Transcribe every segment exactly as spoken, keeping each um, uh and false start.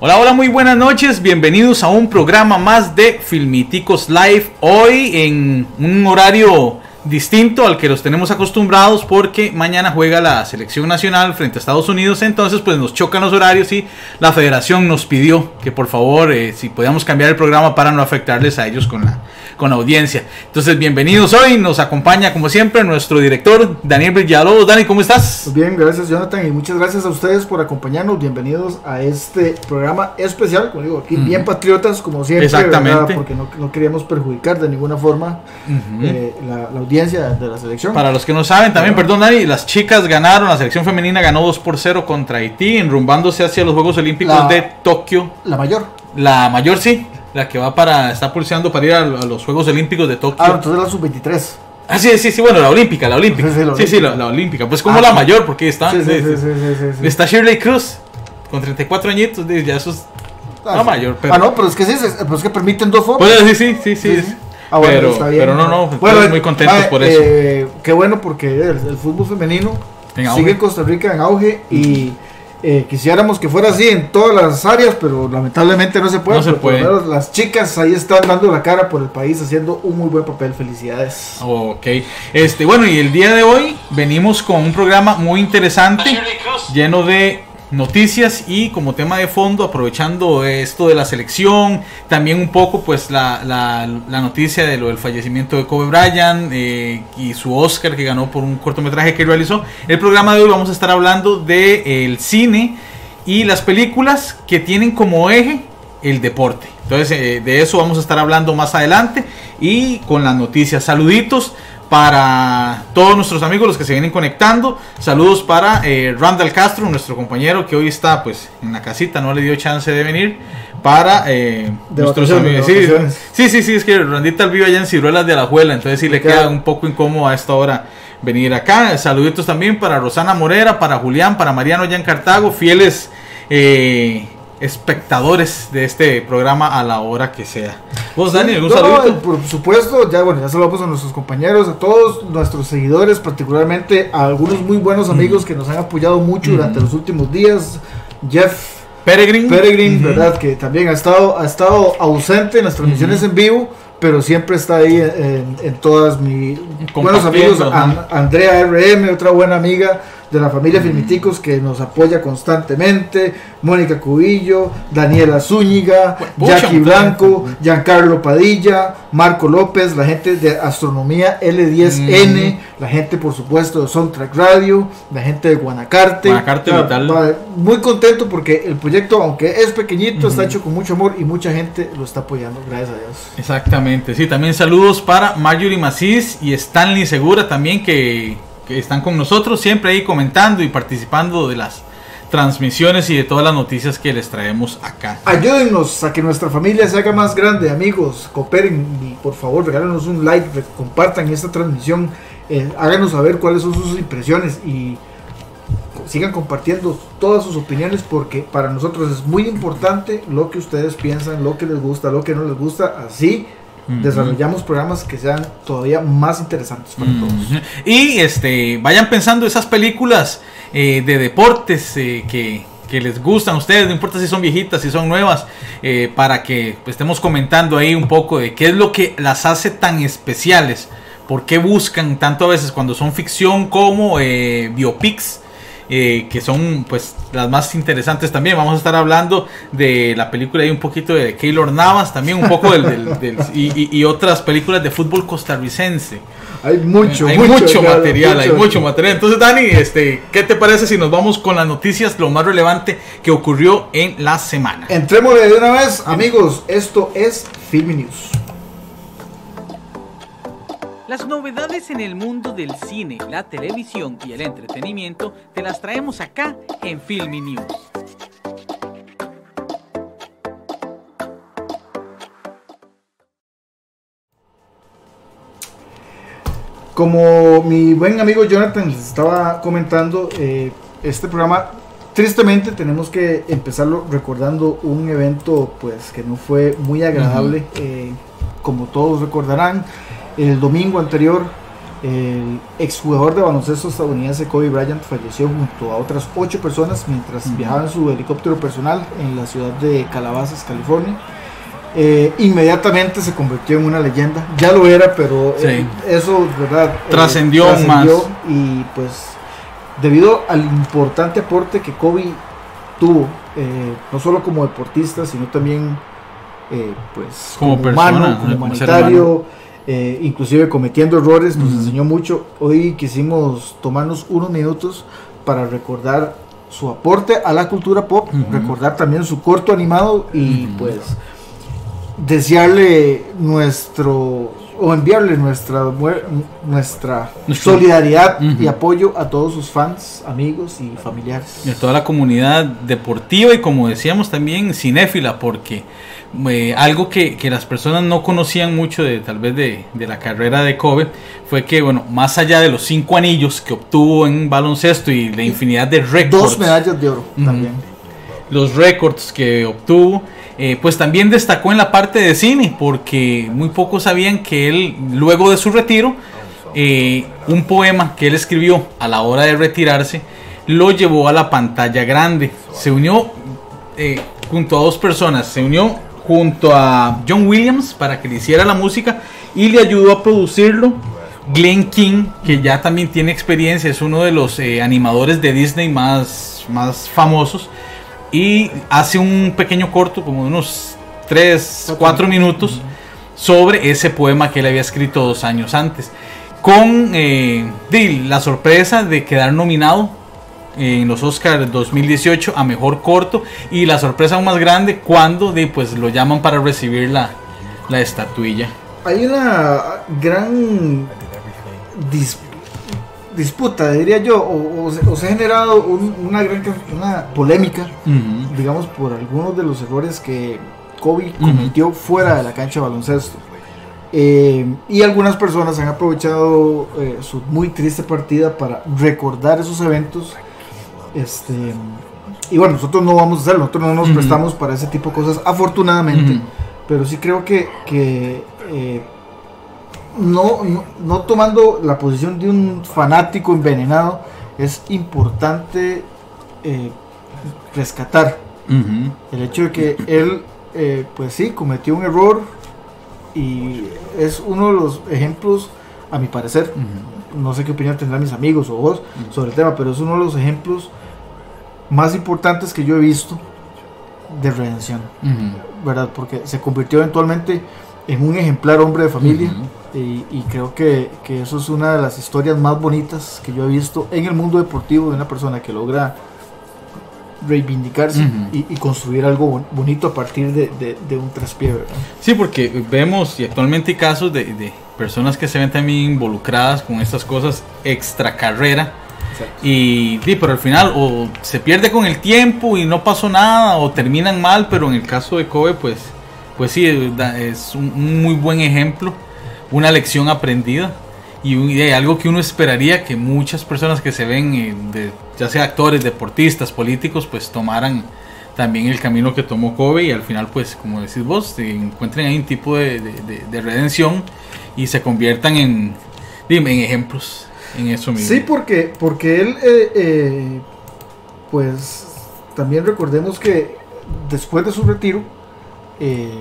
Hola, hola, muy buenas noches, bienvenidos a un programa más de Filmiticos Live, hoy en un horario distinto al que los tenemos acostumbrados porque mañana juega la selección nacional frente a Estados Unidos, entonces pues nos chocan los horarios y la federación nos pidió que por favor eh, si podíamos cambiar el programa para no afectarles a ellos con la, con la audiencia. Entonces bienvenidos hoy, nos acompaña como siempre nuestro director Daniel Villalobos. Dani, ¿cómo estás? Bien, gracias Jonathan y muchas gracias a ustedes por acompañarnos, bienvenidos a este programa especial, como digo aquí, uh-huh. bien patriotas como siempre. Exactamente. ¿Verdad? Porque no, no queríamos perjudicar de ninguna forma uh-huh. eh, la, la audiencia de la selección. Para los que no saben también, perdón Dani, las chicas ganaron, la selección femenina ganó dos por cero contra Haití, enrumbándose hacia los Juegos Olímpicos la, de Tokio. La mayor. La mayor sí, la que va para, está pulseando para ir a, a los Juegos Olímpicos de Tokio. Ah, entonces la sub veintitrés. Ah, sí, sí, sí, bueno, la olímpica, la olímpica. Sí, sí, la olímpica. Sí, sí, la, la olímpica. Pues como ah, la sí. mayor, porque está, sí, sí, sí, sí, sí, sí, sí. está Shirley Cruz, con treinta y cuatro añitos, ya eso es ah, la sí. mayor. Pero... Ah, no, pero es que sí, pero es que permiten dos fotos. Pues sí, sí, sí, sí. sí, sí. Ah, bueno, pero, está bien. Pero no, no, bueno, estamos muy contentos ah, por eso. Eh, qué bueno porque el, el fútbol femenino en sigue en Costa Rica en auge y eh, quisiéramos que fuera así en todas las áreas, pero lamentablemente no se puede. No se puede. Por lo menos las chicas ahí están dando la cara por el país haciendo un muy buen papel. Felicidades. Ok. Este, bueno, y el día de hoy venimos con un programa muy interesante, lleno de noticias y como tema de fondo aprovechando esto de la selección, también un poco pues la, la, la noticia de lo del fallecimiento de Kobe Bryant eh, y su Oscar que ganó por un cortometraje que realizó. El programa de hoy vamos a estar hablando de el cine y las películas que tienen como eje el deporte. Entonces eh, de eso vamos a estar hablando más adelante y con las noticias. Saluditos para todos nuestros amigos, los que se vienen conectando. Saludos para eh, Randall Castro, nuestro compañero que hoy está pues en la casita, no le dio chance de venir. Para eh, nuestros amigos. Sí, sí, sí, sí, es que Randita vive allá en Ciruelas de Alajuela, entonces sí le okay. queda un poco incómodo a esta hora venir acá. Saluditos también para Rosana Morera, para Julián, para Mariano allá en Cartago, fieles eh, espectadores de este programa a la hora que sea. ¿Vos, sí, Dani, algún no, saludito? Por supuesto, ya bueno, ya saludamos a nuestros compañeros, a todos nuestros seguidores, particularmente a algunos muy buenos amigos mm. que nos han apoyado mucho mm. durante los últimos días. Jeff Peregrin, Peregrin mm-hmm. ¿verdad? Que también ha estado, ha estado ausente en las transmisiones mm-hmm. en vivo, pero siempre está ahí en, en todas mis buenos amigos. A, Andrea R M, otra buena amiga de la familia mm. Filmiticos que nos apoya constantemente, Mónica Cubillo, Daniela Zúñiga, Pucha, Jackie Blanco, Giancarlo Padilla, Marco López, la gente de Astronomía L diez N, mm. la gente por supuesto de Soundtrack Radio, la gente de Guanacarte, Guanacarte la, Vital. Va, muy contento porque el proyecto, aunque es pequeñito, mm. está hecho con mucho amor y mucha gente lo está apoyando, gracias a Dios. Exactamente, sí, también saludos para Marjorie Macís y Stanley Segura también que que están con nosotros siempre ahí comentando y participando de las transmisiones y de todas las noticias que les traemos acá. Ayúdennos a que nuestra familia se haga más grande, amigos, cooperen y por favor regálenos un like, compartan esta transmisión, eh, háganos saber cuáles son sus impresiones y sigan compartiendo todas sus opiniones porque para nosotros es muy importante lo que ustedes piensan, lo que les gusta, lo que no les gusta, así Uh-huh. desarrollamos programas que sean todavía más interesantes para uh-huh. todos. Y este vayan pensando esas películas eh, de deportes eh, que, que les gustan a ustedes, no importa si son viejitas, si son nuevas, eh, para que pues, estemos comentando ahí un poco de qué es lo que las hace tan especiales, por qué buscan tanto a veces cuando son ficción como eh, biopics. Eh, que son pues las más interesantes también. Vamos a estar hablando de la película y un poquito de Keylor Navas, también un poco del, del, del y, y, y otras películas de fútbol costarricense. Hay mucho, eh, hay mucho, mucho claro, material, mucho. hay mucho material. Entonces, Dani, este, ¿qué te parece si nos vamos con las noticias, lo más relevante que ocurrió en la semana? Entremos de una vez, amigos. Esto es Filmi News. Las novedades en el mundo del cine, la televisión y el entretenimiento te las traemos acá en Filmi News. Como mi buen amigo Jonathan les estaba comentando, eh, este programa tristemente tenemos que empezarlo recordando un evento pues que no fue muy agradable. Uh-huh. eh, como todos recordarán, el domingo anterior El exjugador de baloncesto estadounidense Kobe Bryant falleció junto a otras ocho personas mientras uh-huh. viajaba en su helicóptero personal en la ciudad de Calabasas, California. Eh, inmediatamente se convirtió en una leyenda. Ya lo era, pero sí. eh, eso, ¿verdad? Trascendió, eh, más. Y pues, debido al importante aporte que Kobe tuvo, eh, no solo como deportista, sino también eh, pues, como, como persona, humano, como humanitario. Eh, inclusive cometiendo errores, nos uh-huh. enseñó mucho. Hoy quisimos tomarnos unos minutos para recordar su aporte a la cultura pop, uh-huh. recordar también su corto animado y uh-huh. pues desearle nuestro o enviarle nuestra nuestra solidaridad uh-huh. y apoyo a todos sus fans, amigos y familiares. Y a toda la comunidad deportiva y, como decíamos, también cinéfila, porque Eh, algo que, que las personas no conocían mucho de tal vez de, de la carrera de Kobe fue que, bueno, más allá de los cinco anillos que obtuvo en baloncesto y la infinidad de récords, dos medallas de oro uh-huh. también, los récords que obtuvo, eh, pues también destacó en la parte de cine, porque muy pocos sabían que él, luego de su retiro, eh, un poema que él escribió a la hora de retirarse lo llevó a la pantalla grande. Se unió eh, junto a dos personas, se unió junto a John Williams para que le hiciera la música y le ayudó a producirlo Glenn King, que ya también tiene experiencia, es uno de los eh, animadores de Disney más, más famosos, y hace un pequeño corto como de unos tres, cuatro minutos sobre ese poema que él había escrito dos años antes, con eh, de, la sorpresa de quedar nominado en los Oscars dos mil dieciocho a mejor corto, y la sorpresa aún más grande cuando de, pues, lo llaman para recibir la, la estatuilla. Hay una gran dis, disputa, diría yo, o, o, se, o se ha generado un, una gran una polémica, uh-huh. digamos, por algunos de los errores que Kobe cometió uh-huh. fuera de la cancha de baloncesto. Eh, y algunas personas han aprovechado eh, su muy triste partida para recordar esos eventos. Este, y bueno, nosotros no vamos a hacerlo, nosotros no nos uh-huh. prestamos para ese tipo de cosas, afortunadamente, uh-huh. pero sí creo que, que eh, no, no, no tomando la posición de un fanático envenenado, es importante eh, rescatar uh-huh. el hecho de que él, eh, pues sí, cometió un error y es uno de los ejemplos, a mi parecer, uh-huh. no sé qué opinión tendrán mis amigos o vos uh-huh. sobre el tema, pero es uno de los ejemplos más importantes que yo he visto de redención, uh-huh. ¿verdad? Porque se convirtió eventualmente en un ejemplar hombre de familia, uh-huh. y, y creo que, que eso es una de las historias más bonitas que yo he visto en el mundo deportivo, de una persona que logra reivindicarse uh-huh. y, y construir algo bonito a partir de, de, de un traspié, ¿verdad? Sí, porque vemos y actualmente hay casos de, de personas que se ven también involucradas con estas cosas extra carrera. Y sí, pero al final o se pierde con el tiempo y no pasó nada, o terminan mal, pero en el caso de Kobe pues, pues sí, es un, un muy buen ejemplo, una lección aprendida y, un, y algo que uno esperaría que muchas personas que se ven, eh, de, ya sea actores, deportistas, políticos, pues tomaran también el camino que tomó Kobe, y al final pues, como decís vos, encuentren ahí un tipo de, de, de, de redención y se conviertan en, en ejemplos. En eso mismo. Sí, porque, porque él, eh, eh, pues también recordemos que después de su retiro, eh,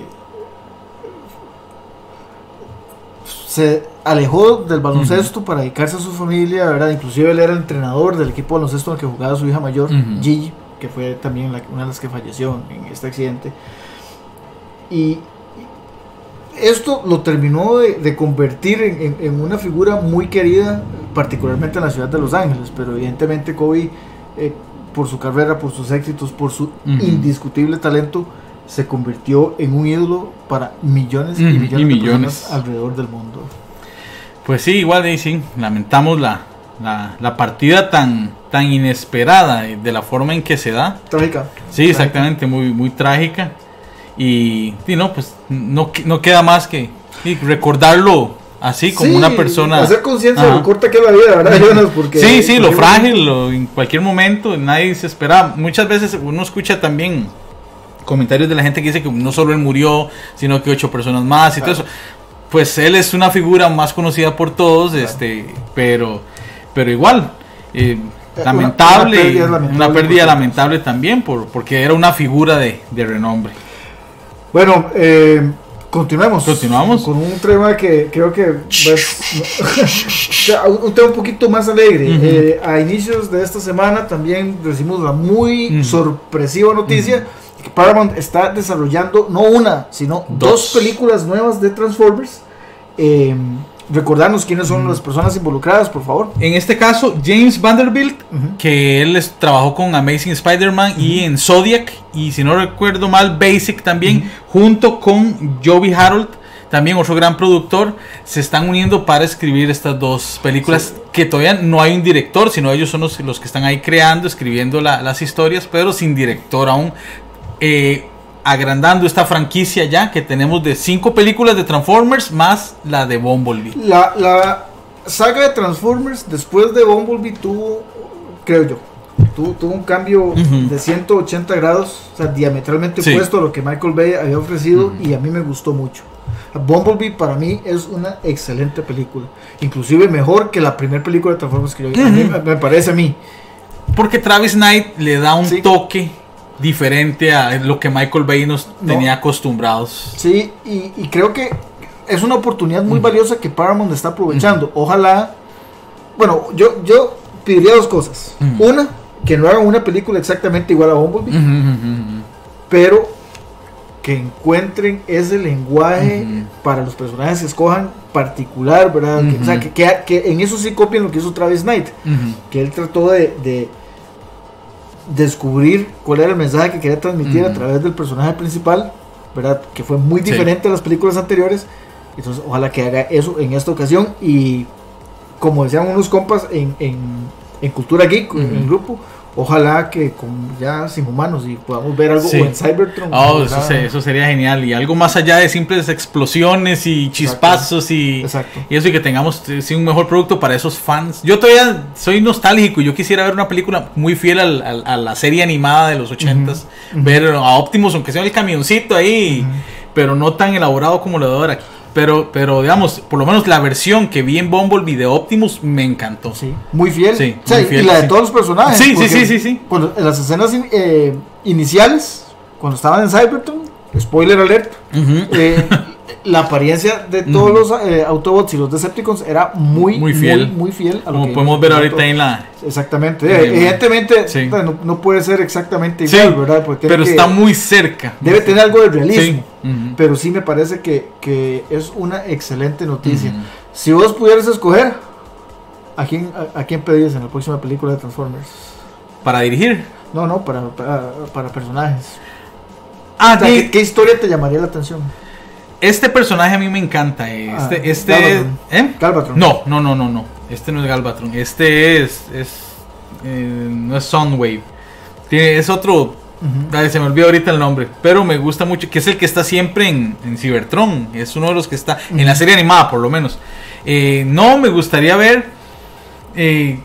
se alejó del baloncesto uh-huh. para dedicarse a su familia, ¿verdad? Inclusive él era el entrenador del equipo de baloncesto en el que jugaba su hija mayor, uh-huh. Gigi, que fue también la, una de las que falleció en este accidente. Y esto lo terminó de, de convertir en, en, en una figura muy querida, particularmente en la ciudad de Los Ángeles, pero evidentemente Kobe, eh, por su carrera, por sus éxitos, por su uh-huh. indiscutible talento, se convirtió en un ídolo para millones uh-huh. y millones, y millones de personas alrededor del mundo. Pues sí, igual de sí, lamentamos la, la, la partida tan, tan inesperada, de la forma en que se da. Trágica. Sí, exactamente, muy, muy trágica. Y, y no, pues no, no queda más que y recordarlo así, como sí, una persona. Hacer conciencia de lo corta que es la vida, ¿verdad, Jonas? Porque, sí, sí, porque lo frágil, lo, en cualquier momento nadie se espera. Muchas veces uno escucha también comentarios de la gente que dice que no solo él murió, sino que ocho personas más y claro. todo eso. pues él es una figura más conocida por todos, claro. este, pero, pero igual, eh, lamentable, una, una pérdida lamentable, una pérdida lamentable también, por, porque era una figura de, de renombre. Bueno, eh, continuemos. Continuamos con un tema que creo que pues, un tema un poquito más alegre. Uh-huh. Eh, a inicios de esta semana también recibimos la muy uh-huh. sorpresiva noticia uh-huh. que Paramount está desarrollando no una, sino dos, dos películas nuevas de Transformers. Eh, Recordarnos quiénes son uh-huh. las personas involucradas, por favor. En este caso, James Vanderbilt, uh-huh. que él es, trabajó con Amazing Spider-Man uh-huh. y en Zodiac, y si no recuerdo mal, Basic también, uh-huh. junto con Joby Harold, también otro gran productor, se están uniendo para escribir estas dos películas, sí. que todavía no hay un director, sino ellos son los, los que están ahí creando, escribiendo la, las historias, pero sin director aún. Eh, agrandando esta franquicia ya que tenemos de cinco películas de Transformers más la de Bumblebee. La, la saga de Transformers después de Bumblebee tuvo, creo yo, tuvo, tuvo un cambio uh-huh. de ciento ochenta grados, o sea, diametralmente sí. opuesto a lo que Michael Bay había ofrecido uh-huh. y a mí me gustó mucho. Bumblebee para mí es una excelente película, inclusive mejor que la primera película de Transformers que yo vi, uh-huh. a mí, me parece a mí. Porque Travis Knight le da un sí. toque diferente a lo que Michael Bay nos no. tenía acostumbrados. Sí, y, y creo que es una oportunidad muy uh-huh. valiosa que Paramount está aprovechando. Uh-huh. Ojalá, bueno, yo, yo pediría dos cosas. Uh-huh. Una, que no hagan una película exactamente igual a Bumblebee, uh-huh, uh-huh. pero que encuentren ese lenguaje uh-huh. para los personajes que escojan particular, ¿verdad? Uh-huh. Que, o sea, que, que, que en eso sí copien lo que hizo Travis Knight, uh-huh. que él trató de, de descubrir cuál era el mensaje que quería transmitir uh-huh. a través del personaje principal, ¿verdad? Que fue muy diferente sí. a las películas anteriores. Entonces ojalá que haga eso en esta ocasión, y como decían unos compas en, en, en Cultura Geek, uh-huh. en el grupo, ojalá que con ya sin humanos y podamos ver algo sí. o en Cybertron. Oh, eso, se, eso sería genial, y algo más allá de simples explosiones y chispazos. Exacto. Y, Exacto. y eso, y que tengamos sí, un mejor producto para esos fans. Yo todavía soy nostálgico y yo quisiera ver una película muy fiel al, al, a la serie animada de los ochentas, uh-huh. ver a Optimus, aunque sea el camioncito ahí, uh-huh. pero no tan elaborado como lo de ahora. Pero, pero digamos, por lo menos la versión que vi en Bumblebee de Optimus me encantó. Sí, muy fiel. Sí, o sea, muy fiel, y la de sí. todos los personajes. Sí, sí, sí, sí, sí. Cuando, en las escenas in, eh, iniciales, cuando estaban en Cybertron, spoiler alert, uh-huh. eh, la apariencia de todos uh-huh. los eh, Autobots y los Decepticons era muy, muy fiel, muy, muy fiel a lo como que podemos ver ahorita todo. En la... Exactamente, eh, evidentemente sí. no, no puede ser exactamente igual, sí, ¿verdad? Porque pero está muy cerca. Debe tener algo de realismo, sí. uh-huh. pero sí me parece que, que es una excelente noticia. Uh-huh. Si vos pudieras escoger, ¿a quién, a, a quién pedís en la próxima película de Transformers? ¿Para dirigir? No, no, para, para, para personajes. Ah, o sea, ¿qué, ¿qué historia te llamaría la atención? Este personaje a mí me encanta. Este, ah, este Galvatron. ¿eh? Galvatron. No, no, no, no, no. Este no es Galvatron. Este es, es eh, no es Soundwave. Tiene, es otro. Uh-huh. Ay, se me olvidó ahorita el nombre, pero me gusta mucho. Que es el que está siempre en, en Cybertron. Es uno de los que está uh-huh. en la serie animada, por lo menos. Eh, no, me gustaría ver. Eh,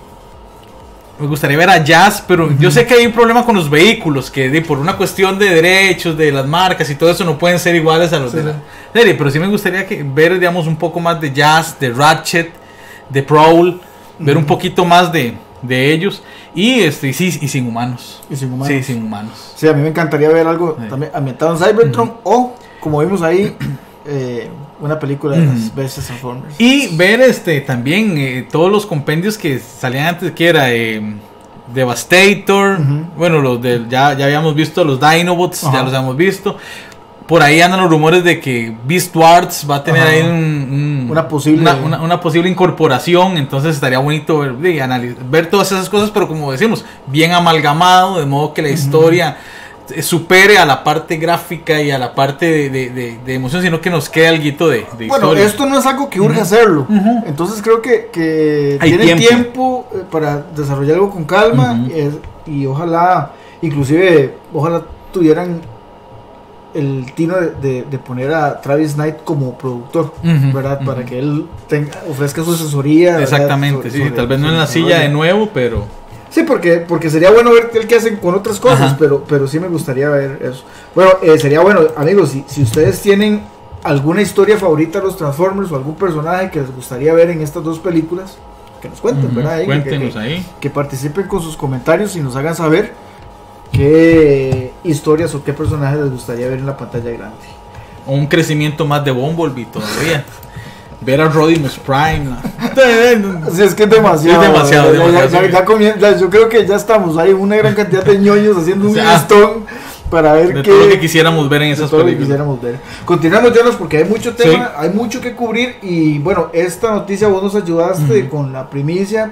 Me gustaría ver a Jazz, pero uh-huh. yo sé que hay un problema con los vehículos, que de, por una cuestión de derechos, de las marcas y todo eso, no pueden ser iguales a los sí, de la sí. serie. Pero sí me gustaría que, ver, digamos, un poco más de Jazz, de Ratchet, de Prowl, uh-huh. ver un poquito más de, de ellos. Y este y sí, y sin humanos. Y sin humanos. Sí, sin humanos. Sí, a mí me encantaría ver algo sí. también ambientado en Cybertron uh-huh. o, como vimos ahí, eh, una película de las bestias Transformers. Y ver este también eh, todos los compendios que salían antes, que era eh, Devastator, uh-huh. bueno, los de, ya, ya habíamos visto los Dinobots, uh-huh. ya los habíamos visto. Por ahí andan los rumores de que Beast Wars va a tener uh-huh. ahí un, un, una, posible... Una, una, una posible incorporación, entonces estaría bonito ver, de, analizar, ver todas esas cosas, pero como decimos, bien amalgamado, de modo que la uh-huh. historia supere a la parte gráfica y a la parte de, de, de, de emoción, sino que nos quede alguito de, de bueno, historia. Esto no es algo que urge uh-huh. hacerlo, uh-huh. entonces creo que, que tienen tiempo. tiempo para desarrollar algo con calma uh-huh. eh, y ojalá, inclusive, ojalá tuvieran el tino de, de, de poner a Travis Knight como productor, uh-huh. ¿verdad? Uh-huh. Para que él tenga, ofrezca su asesoría. Exactamente, sobre, sí, sobre, tal vez no en la silla de nuevo, pero... Sí, porque, porque sería bueno ver el que hacen con otras cosas, pero, pero sí me gustaría ver eso. Bueno, eh, sería bueno, amigos, si, si ustedes tienen alguna historia favorita de los Transformers o algún personaje que les gustaría ver en estas dos películas, que nos cuenten, uh-huh. ¿verdad? Ahí, Cuéntenos que, ahí. Que participen con sus comentarios y nos hagan saber qué historias o qué personajes les gustaría ver en la pantalla grande. O un crecimiento más de Bumblebee todavía. Ver a Rodimus Prime. ¿No? Sí, es que es demasiado. Es demasiado, ya, demasiado, ya, sí. ya comienza, yo creo que ya estamos. Hay una gran cantidad de ñoños haciendo un O sea, listón para ver de qué. todo lo que quisiéramos ver en esas todo películas. Lo que quisiéramos ver. Continuamos, Jonas, porque hay mucho tema, Sí. hay mucho que cubrir. Y bueno, esta noticia vos nos ayudaste Uh-huh. con la primicia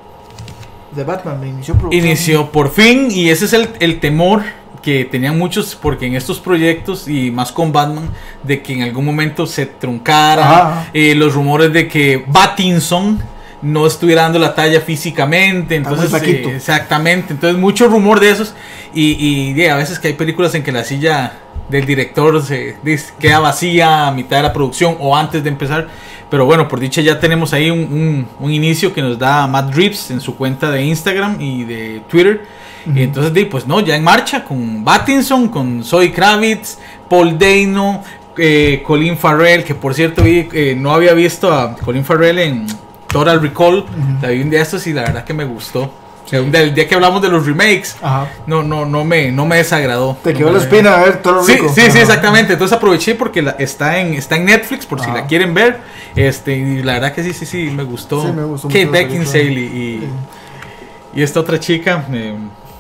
de Batman. Me inició producción. Inició por fin, y ese es el, el temor que tenían muchos, porque en estos proyectos y más con Batman, de que en algún momento se truncara, eh, los rumores de que Pattinson no estuviera dando la talla físicamente, entonces eh, exactamente, entonces mucho rumor de esos, y, y yeah, a veces que hay películas en que la silla del director se dice, queda vacía a mitad de la producción o antes de empezar, pero bueno, por dicha ya tenemos ahí un, un, un inicio que nos da Matt Reeves en su cuenta de Instagram y de Twitter. Uh-huh. Y entonces, pues no, ya en marcha con Pattinson, con Zoe Kravitz, Paul Dano, eh, Colin Farrell, que por cierto vi, eh, no había visto a Colin Farrell en Total Recall, uh-huh. La vi un día de estos y la verdad que me gustó. O sea, el día que hablamos de los remakes, uh-huh. no, no, no me, no me desagradó. Te quedó no la me... espina a ver Total sí, Recall. Sí, sí, sí, exactamente. Entonces aproveché porque la, está en está en Netflix por uh-huh. si la quieren ver. Este, y la verdad que sí, sí, sí, me gustó. Sí, me gustó Kate Beckinsale y, y, sí. y esta otra chica. Eh,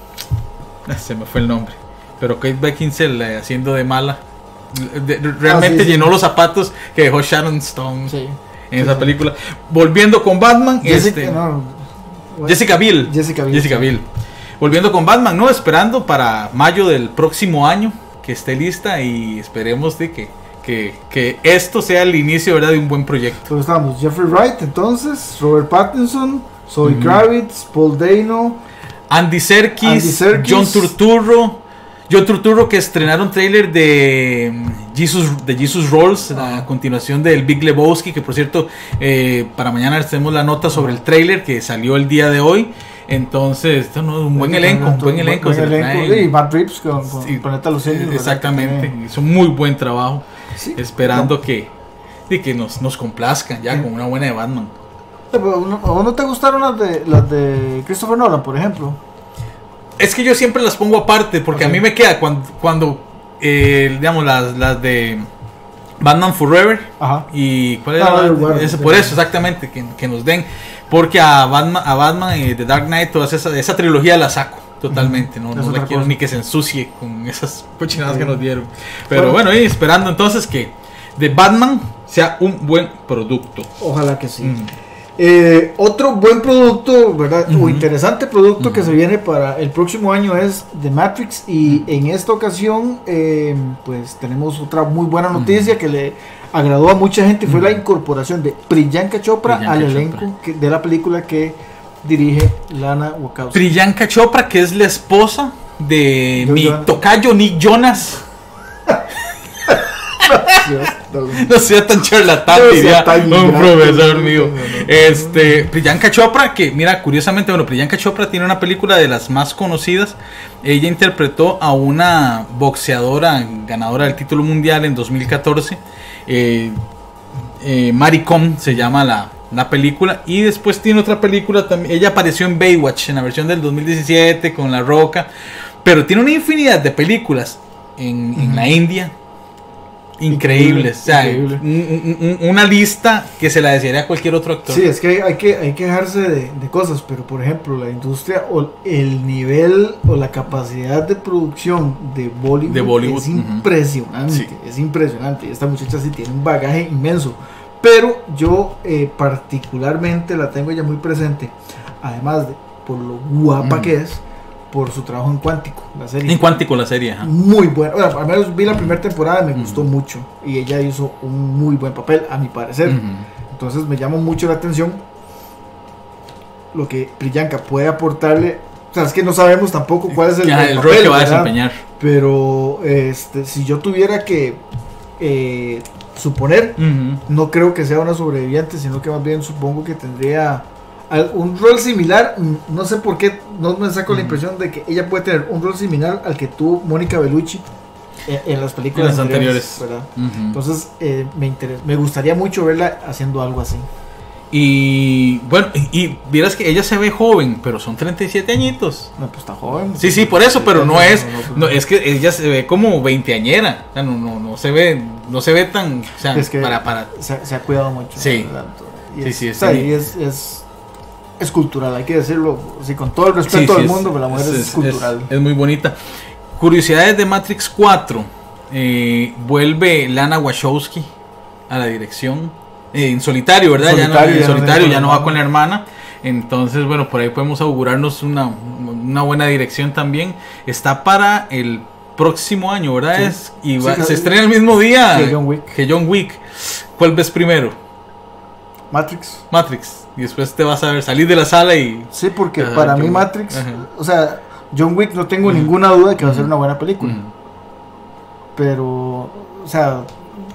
Se me fue el nombre, pero Kate Beckinsale eh, haciendo de mala de, de, realmente ah, sí, llenó sí. los zapatos que dejó Sharon Stone sí, en sí, esa sí. película. Volviendo con Batman, Jessica, este, no, bueno, Jessica Biel, Jessica Biel, Jessica sí. Biel. Volviendo con Batman, no, esperando para mayo del próximo año que esté lista y esperemos de que que, que esto sea el inicio, ¿verdad?, de un buen proyecto. Entonces estamos Jeffrey Wright, entonces Robert Pattinson, Zoe mm-hmm. Kravitz, Paul Dano, Andy Serkis, Andy Serkis, John Turturro, John Turturro que estrenaron trailer de Jesus, de Jesus Rolls, la ah. continuación del Big Lebowski, que por cierto eh, para mañana tenemos la nota sobre el trailer que salió el día de hoy. Entonces, esto no, un buen elenco, un buen elenco. Buen elenco y Matt Reeves con, con sí, Planeta Los Simios. Exactamente, hizo muy buen trabajo, sí, esperando no. que, de que nos, nos complazcan ya sí. con una buena de Batman. ¿O no te gustaron las de las de Christopher Nolan, por ejemplo? Es que yo siempre las pongo aparte porque okay. a mí me queda cuando, cuando eh, digamos, las, las de Batman Forever. Ajá. Y ¿cuál era? Ah, la, bueno, ese, por eso, exactamente, que, que nos den. Porque a Batman, a Batman y The Dark Knight, toda esa, esa trilogía la saco totalmente. Uh-huh. No, no la quiero cosa. Ni que se ensucie con esas cochinadas okay. que nos dieron. Pero bueno, bueno y esperando entonces que de Batman sea un buen producto. Ojalá que sí. Uh-huh. Eh, otro buen producto, ¿verdad? Uh-huh. O interesante producto uh-huh. que se viene para el próximo año es The Matrix. Y uh-huh. en esta ocasión, eh, pues tenemos otra muy buena noticia uh-huh. que le agradó a mucha gente. Fue uh-huh. la incorporación de Priyanka Chopra Priyanka al elenco Chopra. Que, de la película que dirige Lana Wachowski. Priyanka Chopra, que es la esposa de Yo, mi Jonas. tocayo Nick Jonas. Dios, no, no sea tan charlatán, no diría un profesor mío. No, no, no. Este, Priyanka Chopra, que mira, curiosamente, bueno, Priyanka Chopra tiene una película de las más conocidas. Ella interpretó a una boxeadora ganadora del título mundial en dos mil catorce. Eh, eh, Maricom se llama la, la película. Y después tiene otra película también. Ella apareció en Baywatch en la versión del dos mil diecisiete con La Roca. Pero tiene una infinidad de películas en, en uh-huh. la India. Increíbles, o sea, increíble. Un, un, una lista que se la desearía a cualquier otro actor. Sí, es que hay que, hay que dejarse de, de cosas, pero por ejemplo, la industria o el nivel o la capacidad de producción de Bollywood, de Bollywood es impresionante, uh-huh. sí. es impresionante. Esta muchacha sí tiene un bagaje inmenso, pero yo eh, particularmente la tengo ya muy presente, además de por lo guapa uh-huh. que es, por su trabajo en Cuántico, la serie. En Cuántico, la serie. Ajá. Muy buena. Bueno, al menos vi la primera temporada y me uh-huh. gustó mucho. Y ella hizo un muy buen papel, a mi parecer. Uh-huh. Entonces me llama mucho la atención lo que Priyanka puede aportarle. O sea, es que no sabemos tampoco cuál es el, ya, el, el papel, rol que va a ¿verdad? desempeñar. Pero este, si yo tuviera que eh, suponer, uh-huh. no creo que sea una sobreviviente, sino que más bien supongo que tendría un rol similar. No sé por qué, no me saco uh-huh. la impresión de que ella puede tener un rol similar al que tuvo Mónica Bellucci en, en las películas en las anteriores, anteriores, ¿verdad? Uh-huh. Entonces eh, me interesa, me gustaría mucho verla haciendo algo así. Y bueno, y, y vieras que ella se ve joven, pero son treinta y siete añitos. No, pues está joven. Sí, sí, por eso, pero no es, no, no, no, es que ella se ve como veinteañera. O sea, no, no, no se ve, no se ve tan, o sea, es que para, para. Se, se ha cuidado mucho. Sí, y sí, es, sí, es, o sea, y es, es, es cultural, hay que decirlo, sí, con todo el respeto sí, sí, del es, mundo, pero la mujer es, es, es cultural. Es, es muy bonita. Curiosidades de Matrix cuatro. Eh, vuelve Lana Wachowski a la dirección. Eh, en solitario, ¿verdad? Solitario, ya no, en ya solitario, no ya no va con la hermana. Entonces, bueno, por ahí podemos augurarnos una, una buena dirección también. Está para el próximo año, ¿verdad? Sí. Es, y va, sí, se estrena el mismo día que John Wick. que John Wick. ¿Cuál ves primero? Matrix. Matrix. Y después te vas a ver salir de la sala y... Sí, porque Ajá, para John mí Wick. Matrix, Ajá. o sea, John Wick no tengo Uh-huh. ninguna duda de que va a ser Uh-huh. una buena película. Mm. Pero, o sea,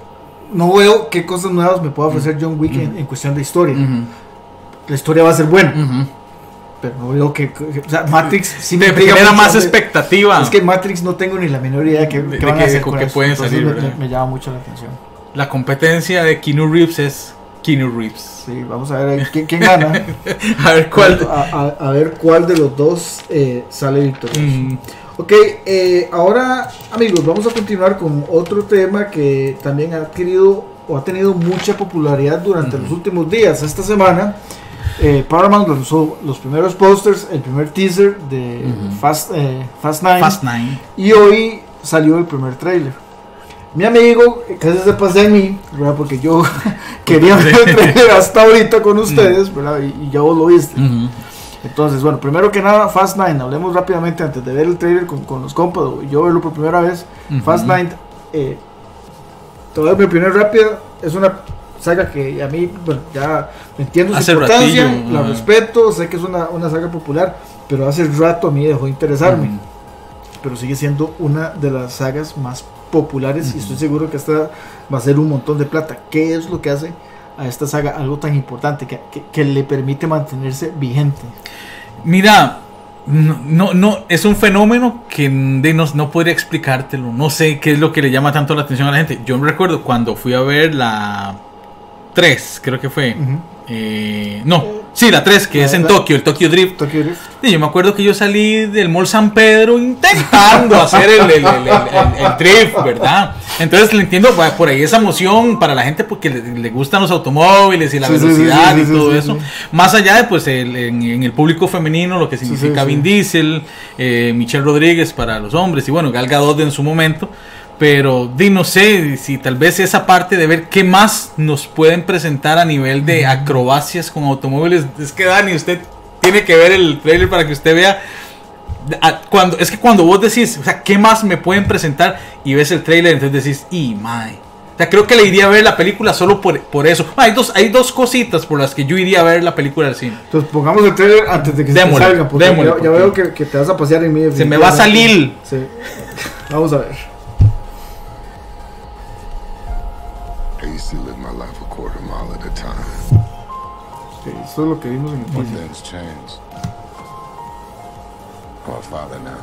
no veo qué cosas nuevas me puede ofrecer John Wick en, en cuestión de historia. Uh-huh. La historia va a ser buena, Uh-huh. pero no veo que, que- o sea, Matrix sí me Te intriga genera mucho, más de- expectativa. Es que Matrix no tengo ni la menor idea de qué, De- qué de van que- a hacer con con qué eso. pueden Entonces salir, me, ¿verdad? me- me llama mucho la atención. La competencia de Keanu Reeves es Keanu Reeves. Sí, vamos a ver ahí quién, quién gana. A ver cuál. A, a- a ver cuál de los dos eh, sale victorioso. Mm. Ok, eh, ahora amigos, vamos a continuar con otro tema que también ha adquirido o ha tenido mucha popularidad durante Ujú. los últimos días. Esta semana eh, Paramount lanzó los primeros posters, el primer teaser de Ujú. Fast, eh, Fast Nine, Fast Nine. y hoy salió el primer tráiler. Mi amigo eh, casi se pasé a mí, ¿verdad? Porque yo quería ver el trailer hasta ahorita con ustedes, ¿verdad? Y, y ya vos lo viste. Ujú. Entonces, bueno, primero que nada, Fast Nine, hablemos rápidamente antes de ver el trailer con, con los compas, y yo verlo por primera vez. Ujú. Fast Nine, eh, te voy a dar mi opinión rápida, es una saga que a mí, bueno, ya entiendo su Hace importancia, ratillo, la ajá. respeto, sé que es una, una saga popular, pero hace rato a mí dejó de interesarme, Ujú. pero sigue siendo una de las sagas más populares, y Ujú. estoy seguro que esta va a ser un montón de plata. ¿Qué es lo que hace a esta saga algo tan importante que, que, que le permite mantenerse vigente? Mira, no, no, no, es un fenómeno que de no, no podría explicártelo. No sé qué es lo que le llama tanto la atención a la gente. Yo me recuerdo cuando fui a ver la tres, creo que fue. Ujú. Eh, no, sí, la tres, que La- es en la- Tokio, el Tokyo Drift. Tokyo Drift. Y yo me acuerdo que yo salí del Mall San Pedro intentando hacer el, el, el, el, el- el drift, ¿verdad? Entonces le entiendo va, por ahí esa emoción para la gente porque le, le gustan los automóviles y la Sí, sí, velocidad sí, sí, y sí, todo sí, eso. sí. Más allá de pues el, en, en el público femenino, lo que significa sí, sí. Vin Diesel, eh, Michelle Rodríguez para los hombres y bueno, Gal Gadot en su momento. Pero di, no sé si tal vez esa parte de ver qué más nos pueden presentar a nivel de acrobacias con automóviles. Es que Dani, usted tiene que ver el trailer para que usted vea. a- Cuando, es que cuando vos decís, o sea, ¿qué más me pueden presentar? Y ves el trailer, entonces decís, y mae. O sea, creo que le iría a ver la película solo por, por eso. Ah, hay, dos, hay dos cositas por las que yo iría a ver la película al cine. Entonces pongamos el trailer antes de que se Démosle, te salga, porque démosle, ya, ya porque- veo que, que te vas a pasear en mí. Se me va a salir. Sí. Vamos a ver. I used to live my life a quarter mile at a time. Ok, eso es lo que vimos en el But teaser. things changed. I'm a father now.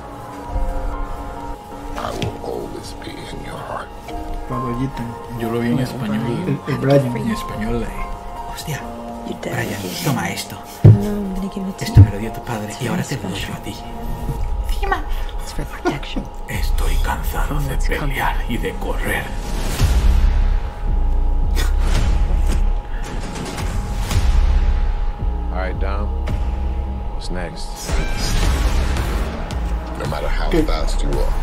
I will always be in your heart. Pablo Ethan, Yo lo vi en español. el, el Brian. En español, eh, hostia, Your dad Brian, gave it. toma esto. No, I'm gonna give it to Esto you. me lo dio tu padre y ahora te lo doy yo a ti. It's for protection. Estoy cansado de pelear y de correr. All right, Dom. What's next? No matter how Okay. fast you are,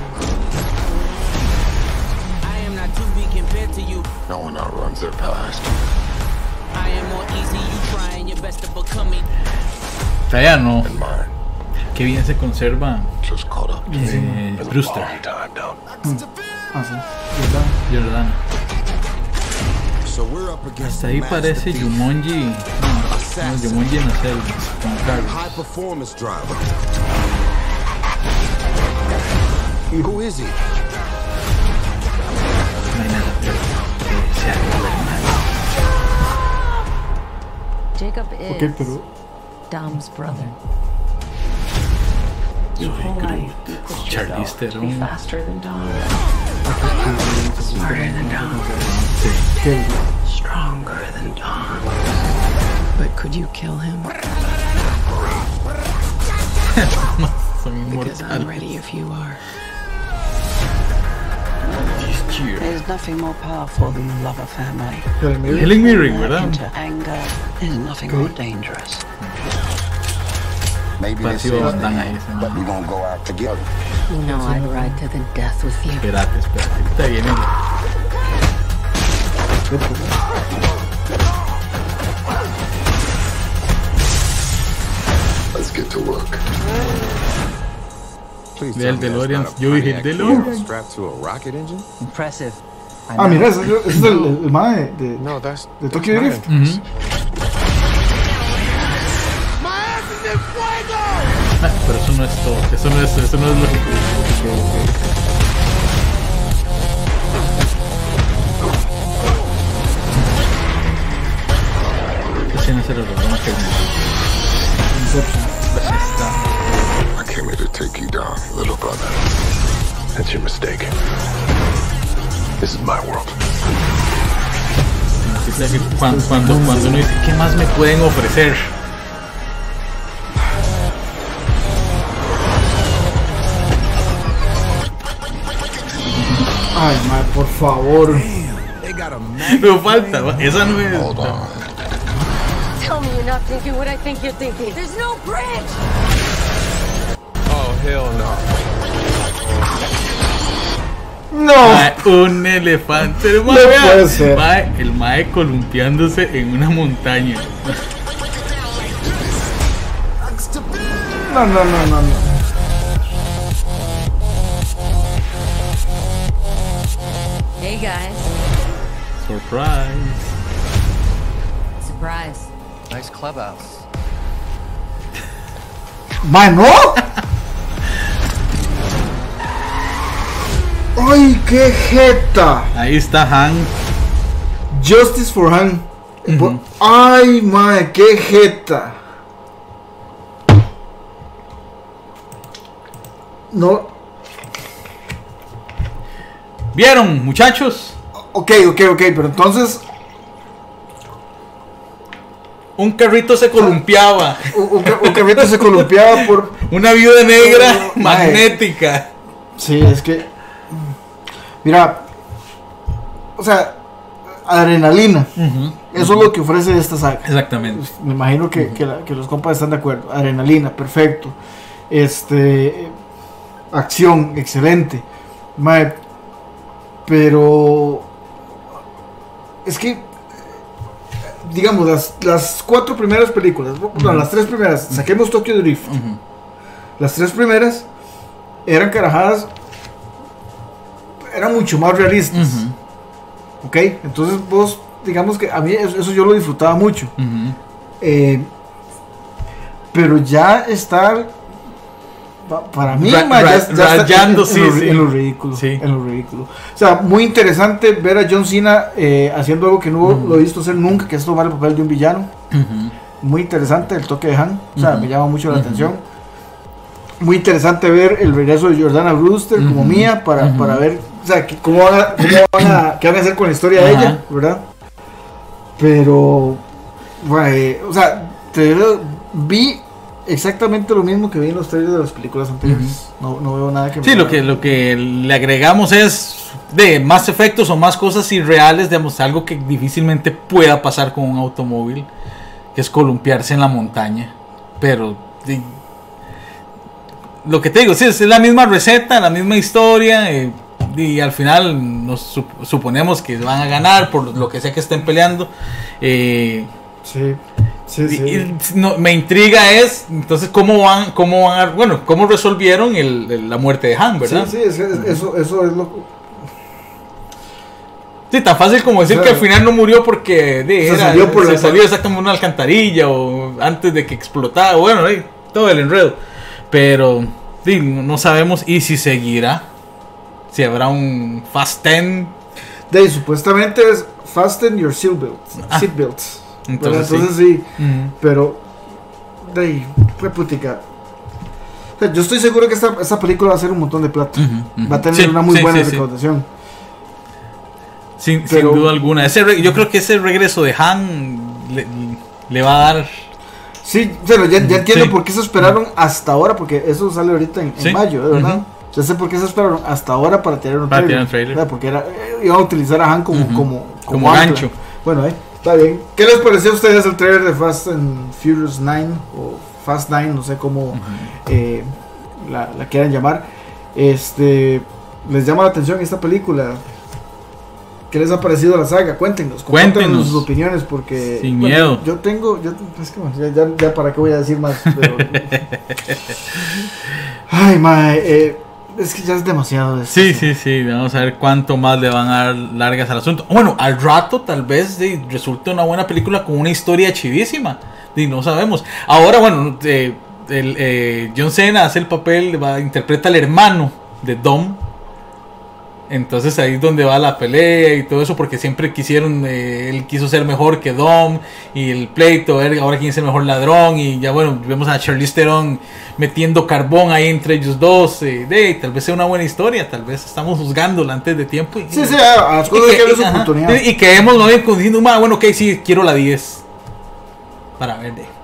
I am not to be compared to you. no one outruns their past. I am more easy, you trying your best to become me. Todavía no. And mine Qué bien se conserva just caught up to me. eh, Been a Brewster, long time, Dom. Ah, sí. ¿Verdad? Jordana. So we're up against Hasta ahí the parece master thief, Jumonji. No, no, Jumonji en la selva. Con Carlos. high performance driver. Who is he? No hay nada peor que sea tu hermano. Jacob Ok, is pero Dom's brother. Soy Groot. Charlize Be Theron. faster than Dom. Smarter than Dom. ¿Qué? Stronger than Dom. But could you kill him? Son Because I'm inmortales. ready if you are. Cheer. There's nothing more powerful than the love of family. Helen Mirren. Helen Mirren, ¿verdad? Into anger, there's nothing more dangerous. Maybe this Pasivo is están ahí, se but llama. we gonna go out together. You know I'd ride to the death with you. Espérate, espérate. Está bien. Let's get to work. Please Ve el tell me that's DeLorean. not a Yo dije el Pontiac DeLorean. Fiero strapped to a rocket engine? Impressive. I Ah, know. mira, ese es, ese es el, el mae de, No, that's de that's Tokyo not Drift. impressive. Ah, pero eso no es todo. Eso no es, eso no es lo que. Ese no es el error, que I came here to take you down, little brother. That's your mistake. This is my world. Cuando, cuando, cuando uno dice, ¿qué más me pueden ofrecer? Ay, mae, por favor. No falta, esa no es. Hold on. Tell me you're not thinking what I think you're thinking. There's no bridge! Oh, hell no. No. Mae, un elefante, hermano. No vea. puede ser. Mae, el mae columpiándose en una montaña. No, no, no, no, no. Hey guys. Surprise. Surprise. Nice clubhouse. Mae, no. Ay, qué jeta. Ahí está Han. Justice for Han. Ay, mae, qué jeta. No. ¿Vieron, muchachos? Ok, ok, ok, pero entonces Un carrito se columpiaba. un, un, un carrito se columpiaba por. Una viuda negra Oh, mae. magnética. Sí, es que. Mira. O sea, adrenalina. Eso es lo que ofrece esta saga. Exactamente. Me imagino que, que, la- que los compas están de acuerdo. Adrenalina, perfecto. Este. Acción, excelente. Mae, pero. Es que. Digamos, las, las cuatro primeras películas, no, las tres primeras, saquemos Tokyo Drift. Ujú. Las tres primeras eran carajadas, eran mucho más realistas. Ujú. Ok, entonces vos, digamos que a mí eso, eso yo lo disfrutaba mucho. Ujú. Eh, pero ya estar, pa- para mí, Ra- ma, ya, ra- ya está rayando, en, en sí, lo, sí. en lo ridículo. Sí. En lo ridículo. O sea, muy interesante ver a John Cena eh, haciendo algo que no lo he visto hacer nunca, que es tomar el papel de un villano. Ujú. Muy interesante el toque de Han, o sea, Ujú. me llama mucho la Ujú. atención. Muy interesante ver el regreso de Jordana Brewster como Ujú. Mía para, Ujú. para ver, o sea, que- cómo van a, cómo van a, qué van a hacer con la historia de Ajá. ella, ¿verdad? Pero, güey, o sea, te vi exactamente lo mismo que vi en los trailers de las películas anteriores. no, no veo nada que me Sí, lo que, lo que le agregamos es de más efectos o más cosas irreales, digamos, algo que difícilmente pueda pasar con un automóvil, que es columpiarse en la montaña. Pero de- lo que te digo, sí, es la misma receta, la misma historia, eh, y al final nos sup- suponemos que van a ganar por lo que sea que estén peleando. eh, Sí, sí, y- sí. y no, me intriga es, entonces, cómo van, cómo van a, bueno, cómo resolvieron el- el- la muerte de Han, ¿verdad? Sí, sí, es- es- eso, eso es lo Sí, tan fácil como decir O sea, que al final no murió porque de, se era- salió por se la- salió exactamente una alcantarilla o antes de que explotara, bueno, ahí, todo el enredo. Pero sí, no no sabemos y si seguirá, si habrá un Fast ten. de ahí, supuestamente es fasten your seatbelts. Ah. Seatbelts. Entonces, Entonces, sí. sí. Pero de ahí, fue putica. O Yo estoy seguro que esta, esta película va a ser un montón de plata. Uh-huh, uh-huh. Va a tener sí, una muy sí, buena sí, recaudación. Sí. Sin, Pero, sin duda alguna. Ese re, yo creo que ese regreso de Han le, le va a dar. Sí, pero ya, ya entiendo sí. por qué se esperaron hasta ahora, porque eso sale ahorita en, en sí. mayo, ¿verdad? Uh-huh. Ya sé por qué se esperaron hasta ahora para tirar un para trailer. Tirar un trailer. Porque era, iban a utilizar a Han como, uh-huh. como, como, como gancho. Bueno, eh, está bien. ¿Qué les pareció a ustedes el trailer de Fast and Furious nueve o Fast nueve? No sé cómo uh-huh. eh, la, la quieran llamar. Este, ¿les llama la atención esta película? ¿Qué les ha parecido la saga? Cuéntenos, cuéntenos sus opiniones, porque sin bueno, miedo. Yo tengo, yo, es que ya, ya, ya para qué voy a decir más. Pero, ay, mae, eh, es que ya es demasiado. Esto, sí, sí, sí. Vamos a ver cuánto más le van a dar largas al asunto. Bueno, al rato tal vez sí, resulte una buena película con una historia chivísima. Y no sabemos. Ahora, bueno, eh, el, eh, John Cena hace el papel, va, interpreta al hermano de Dom. Entonces ahí es donde va la pelea y todo eso, porque siempre quisieron, eh, él quiso ser mejor que Dom, y el pleito, ver ahora quién es el mejor ladrón, y ya bueno, vemos a Charlize Theron metiendo carbón ahí entre ellos dos, eh, de, tal vez sea una buena historia, tal vez estamos juzgándola antes de tiempo. Y, sí, sí, a las cosas que, que su oportunidad. Y que hemos no bien diciendo, bueno, ok, sí, quiero la diez, para ver de.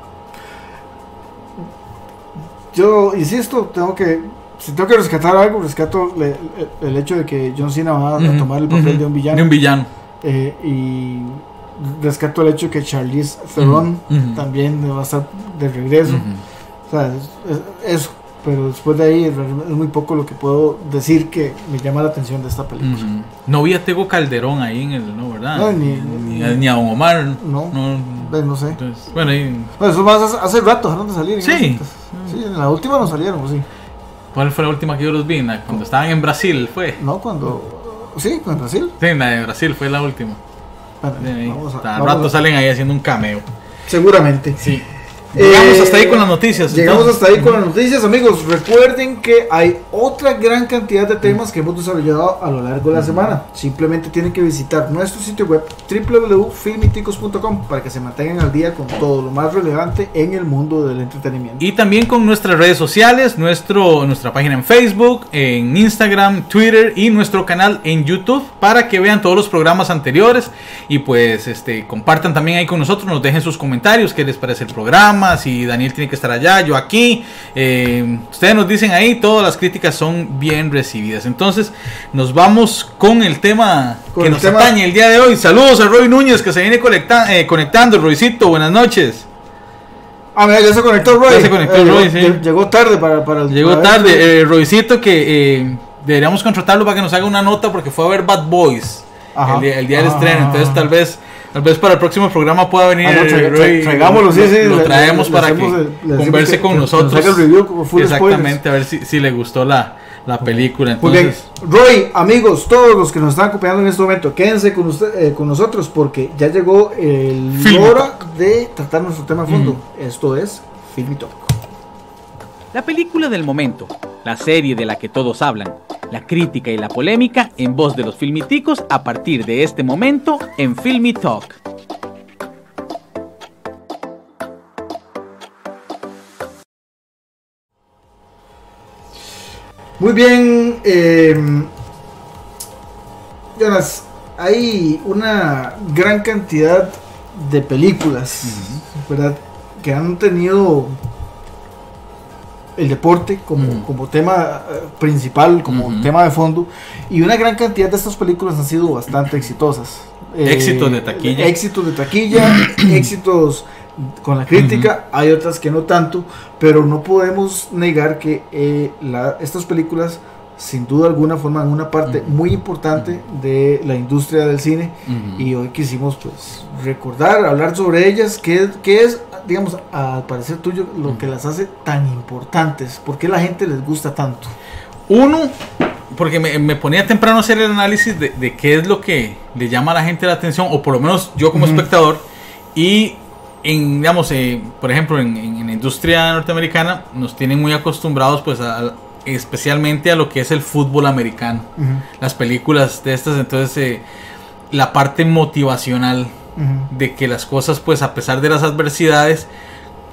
Yo insisto, tengo que... Si tengo que rescatar algo, rescato le, el, el hecho de que John Cena va a, uh-huh, a tomar el papel uh-huh, de un villano. De un villano. Eh, y rescato el hecho de que Charlize Theron uh-huh, también va a estar de regreso. Uh-huh. O sea, es, es, eso. Pero después de ahí es, es muy poco lo que puedo decir que me llama la atención de esta película. Uh-huh. No vi a Tego Calderón ahí en el, ¿no? ¿Verdad? No, ni, ni, ni, ni a Don Omar. No, no, no sé. Entonces, bueno, ahí... bueno, eso más hace, hace rato dejaron de salir. Sí. Sí, en la última no salieron, sí. ¿Cuál fue la última que yo los vi? Cuando estaban en Brasil, ¿fue? No, cuando... Sí, en Brasil. Sí, la de Brasil fue la última. Bueno, vamos a, Al rato a... salen ahí haciendo un cameo. Seguramente. Sí. Llegamos eh, hasta ahí con las noticias. Llegamos entonces. hasta ahí con las noticias, amigos. Recuerden que hay otra gran cantidad de temas que hemos desarrollado a lo largo de la semana. Simplemente tienen que visitar nuestro sitio web doble u doble u doble u punto filmiticos punto com para que se mantengan al día con todo lo más relevante en el mundo del entretenimiento. Y también con nuestras redes sociales, nuestro, nuestra página en Facebook, en Instagram, Twitter y nuestro canal en YouTube para que vean todos los programas anteriores y pues este compartan también ahí con nosotros, nos dejen sus comentarios, qué les parece el programa. Si Daniel tiene que estar allá, yo aquí, eh, ustedes nos dicen ahí, todas las críticas son bien recibidas. Entonces nos vamos con el tema con que el nos tema... atañe el día de hoy. Saludos a Roy Núñez que se viene conecta- eh, conectando. Roycito, buenas noches. Ah, mira, ya se conectó Roy. Ya se conectó eh, Roy, llegó, sí. Llegó tarde para, para el Llegó para tarde, eh, Roycito que eh, deberíamos contratarlo para que nos haga una nota porque fue a ver Bad Boys el día, el día del estreno. Entonces tal vez Tal vez para el próximo programa pueda venir. Ah, no, tra- tra- traigámoslo, sí, sí. Lo, lo traemos le, para le que el, converse que, con que, nosotros. Que nos el review como full Exactamente, spoilers. a ver si, si le gustó la, la película. Entonces... Muy bien, Roy, amigos, todos los que nos están acompañando en este momento, quédense con, usted, eh, con nosotros porque ya llegó el Film hora Talk. De tratar nuestro tema a fondo. Mm. Esto es Film Talk. La película del momento, la serie de la que todos hablan, la crítica y la polémica en voz de los filmiticos a partir de este momento en Film Talk. Muy bien, eh, Jonas, hay una gran cantidad de películas, uh-huh. ¿verdad?, que han tenido el deporte como, uh-huh. como tema principal, como uh-huh. tema de fondo, y una gran cantidad de estas películas han sido bastante exitosas. Éxitos eh, de taquilla. Éxitos de taquilla, éxitos con la crítica, uh-huh. hay otras que no tanto, pero no podemos negar que eh, la, estas películas sin duda alguna forman una parte uh-huh. muy importante uh-huh. de la industria del cine, uh-huh. y hoy quisimos pues recordar, hablar sobre ellas, qué, qué es, digamos, al parecer tuyo, lo uh-huh. que las hace tan importantes, por qué la gente les gusta tanto. Uno, porque me, me ponía temprano a hacer el análisis de, de qué es lo que le llama a la gente la atención, o por lo menos yo como uh-huh. espectador, y en, digamos, eh, por ejemplo, en, en, en la industria norteamericana nos tienen muy acostumbrados, pues, a, a, especialmente a lo que es el fútbol americano, uh-huh. las películas de estas, entonces eh, la parte motivacional uh-huh. de que las cosas, pues, a pesar de las adversidades,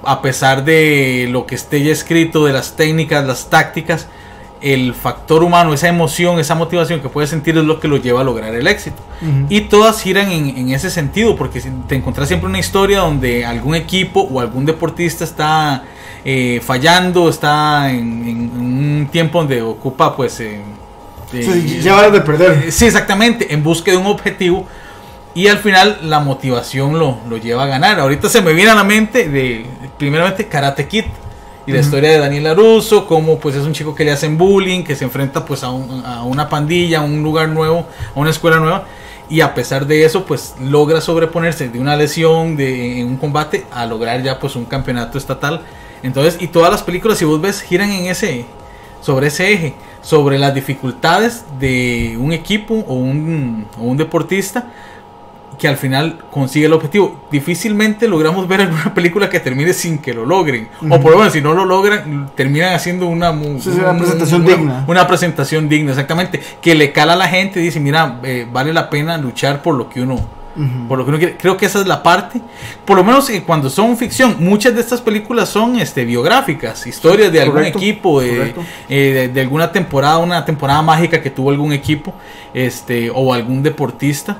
a pesar de lo que esté ya escrito, de las técnicas, las tácticas, el factor humano, esa emoción, esa motivación que puedes sentir es lo que lo lleva a lograr el éxito. Uh-huh. Y todas giran en, en ese sentido, porque te encontrás siempre una historia donde algún equipo o algún deportista está eh, fallando, está en, en, en un tiempo donde ocupa pues... Eh, eh, sí, ya vas de perder. Eh, sí, exactamente, en busca de un objetivo. Y al final la motivación lo, lo lleva a ganar. Ahorita se me viene a la mente, de, primeramente, Karate Kid. Y la uh-huh. historia de Daniel LaRusso, como pues es un chico que le hacen bullying, que se enfrenta pues a, un, a una pandilla, a un lugar nuevo, a una escuela nueva. Y a pesar de eso, pues logra sobreponerse de una lesión, de en un combate, a lograr ya pues un campeonato estatal. Entonces, y todas las películas, si vos ves, giran en ese, sobre ese eje, sobre las dificultades de un equipo o un, o un deportista que al final consigue el objetivo. Difícilmente logramos ver alguna película que termine sin que lo logren. Uh-huh. O por lo menos si no lo logran, terminan haciendo una, un, sí, una presentación una, digna. Una presentación digna, exactamente. Que le cala a la gente y dice, mira, eh, vale la pena luchar por lo que uno... Uh-huh. Por lo que uno quiere. Creo que esa es la parte, por lo menos eh, cuando son ficción, muchas de estas películas son este, biográficas, historias de algún correcto, equipo, de, eh, de, de alguna temporada, una temporada mágica que tuvo algún equipo, este, o algún deportista.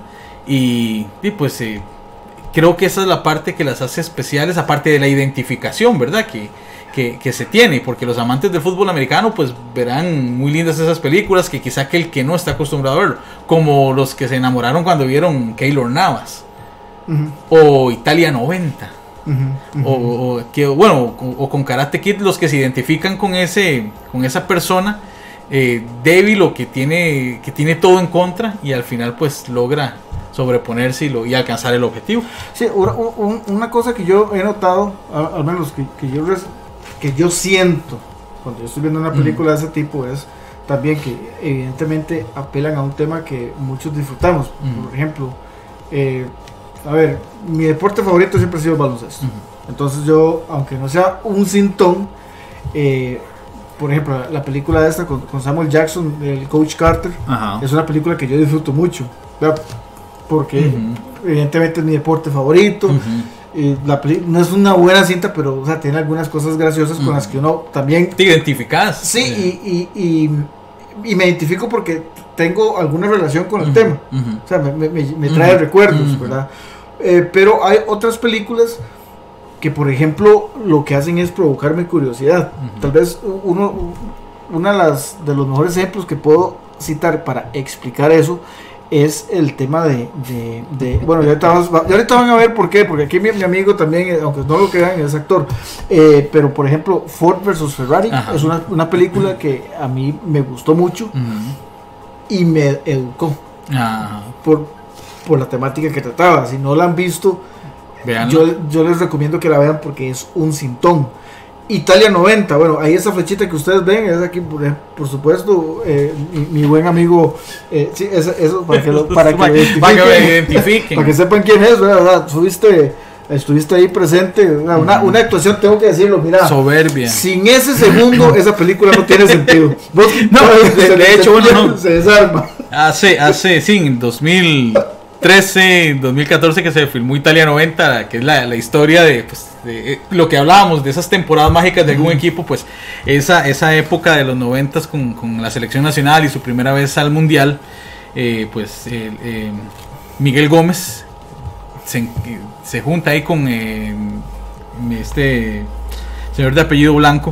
Y, y pues eh, creo que esa es la parte que las hace especiales, aparte de la identificación, ¿verdad? Que, que, que se tiene, porque los amantes del fútbol americano pues verán muy lindas esas películas, que quizá aquel que no está acostumbrado a verlo, como los que se enamoraron cuando vieron Keylor Navas, uh-huh. o Italia noventa, uh-huh. Uh-huh. O, o, que, bueno, o, o con Karate Kid, los que se identifican con, ese, con esa persona eh, débil o que tiene, que tiene todo en contra y al final pues logra sobreponerse y, lo, y alcanzar el objetivo. Sí, una, una cosa que yo he notado, al menos que, que, yo, que yo siento cuando yo estoy viendo una película mm. de ese tipo, es también que evidentemente apelan a un tema que muchos disfrutamos. Mm. Por ejemplo, eh, a ver, mi deporte favorito siempre ha sido el baloncesto. Mm. Entonces yo, aunque no sea un cintón, eh, por ejemplo, la, la película esta con, con Samuel Jackson, el Coach Carter, ajá. es una película que yo disfruto mucho. ¿Verdad? Porque uh-huh. evidentemente es mi deporte favorito. Uh-huh. eh, la peli- no es una buena cinta, pero o sea, tiene algunas cosas graciosas uh-huh. con las que uno también te identificas. Sí, uh-huh. y, y, y, y me identifico porque tengo alguna relación con el uh-huh. tema. Uh-huh. O sea, me, me, me trae uh-huh. recuerdos, uh-huh. ¿verdad? Eh, pero hay otras películas que, por ejemplo, lo que hacen es provocarme curiosidad. Uh-huh. Tal vez uno, una de, las, de los mejores ejemplos que puedo citar para explicar eso es el tema de, de, de bueno, ya ahorita, vamos, ya ahorita van a ver por qué, porque aquí mi, mi amigo también, aunque no lo crean, es actor, eh, pero por ejemplo Ford versus Ferrari Ajá. es una, una película que a mí me gustó mucho uh-huh. y me educó Ajá. por, por la temática que trataba. Si no la han visto, yo, yo les recomiendo que la vean porque es un cintón. Italia noventa, bueno, ahí esa flechita que ustedes ven es aquí, por, por supuesto, eh, mi, mi buen amigo, eh, sí, eso, eso para que lo, para que, para, identifiquen, para que me identifiquen, para que sepan quién es, ¿verdad? Subiste, estuviste ahí presente, una, una, una actuación, tengo que decirlo, mira, soberbia. Sin ese segundo, esa película no tiene sentido. Vos, no, de, se, de hecho, se, bueno, no. se desarma. Hace, hace, sí, en dos mil trece, dos mil catorce que se filmó Italia noventa, que es la, la historia de, pues, de lo que hablábamos, de esas temporadas mágicas de algún equipo, pues esa, esa época de los noventas con, con la selección nacional y su primera vez al mundial, eh, pues eh, eh, Miguel Gómez se, se junta ahí con eh, este señor de apellido Blanco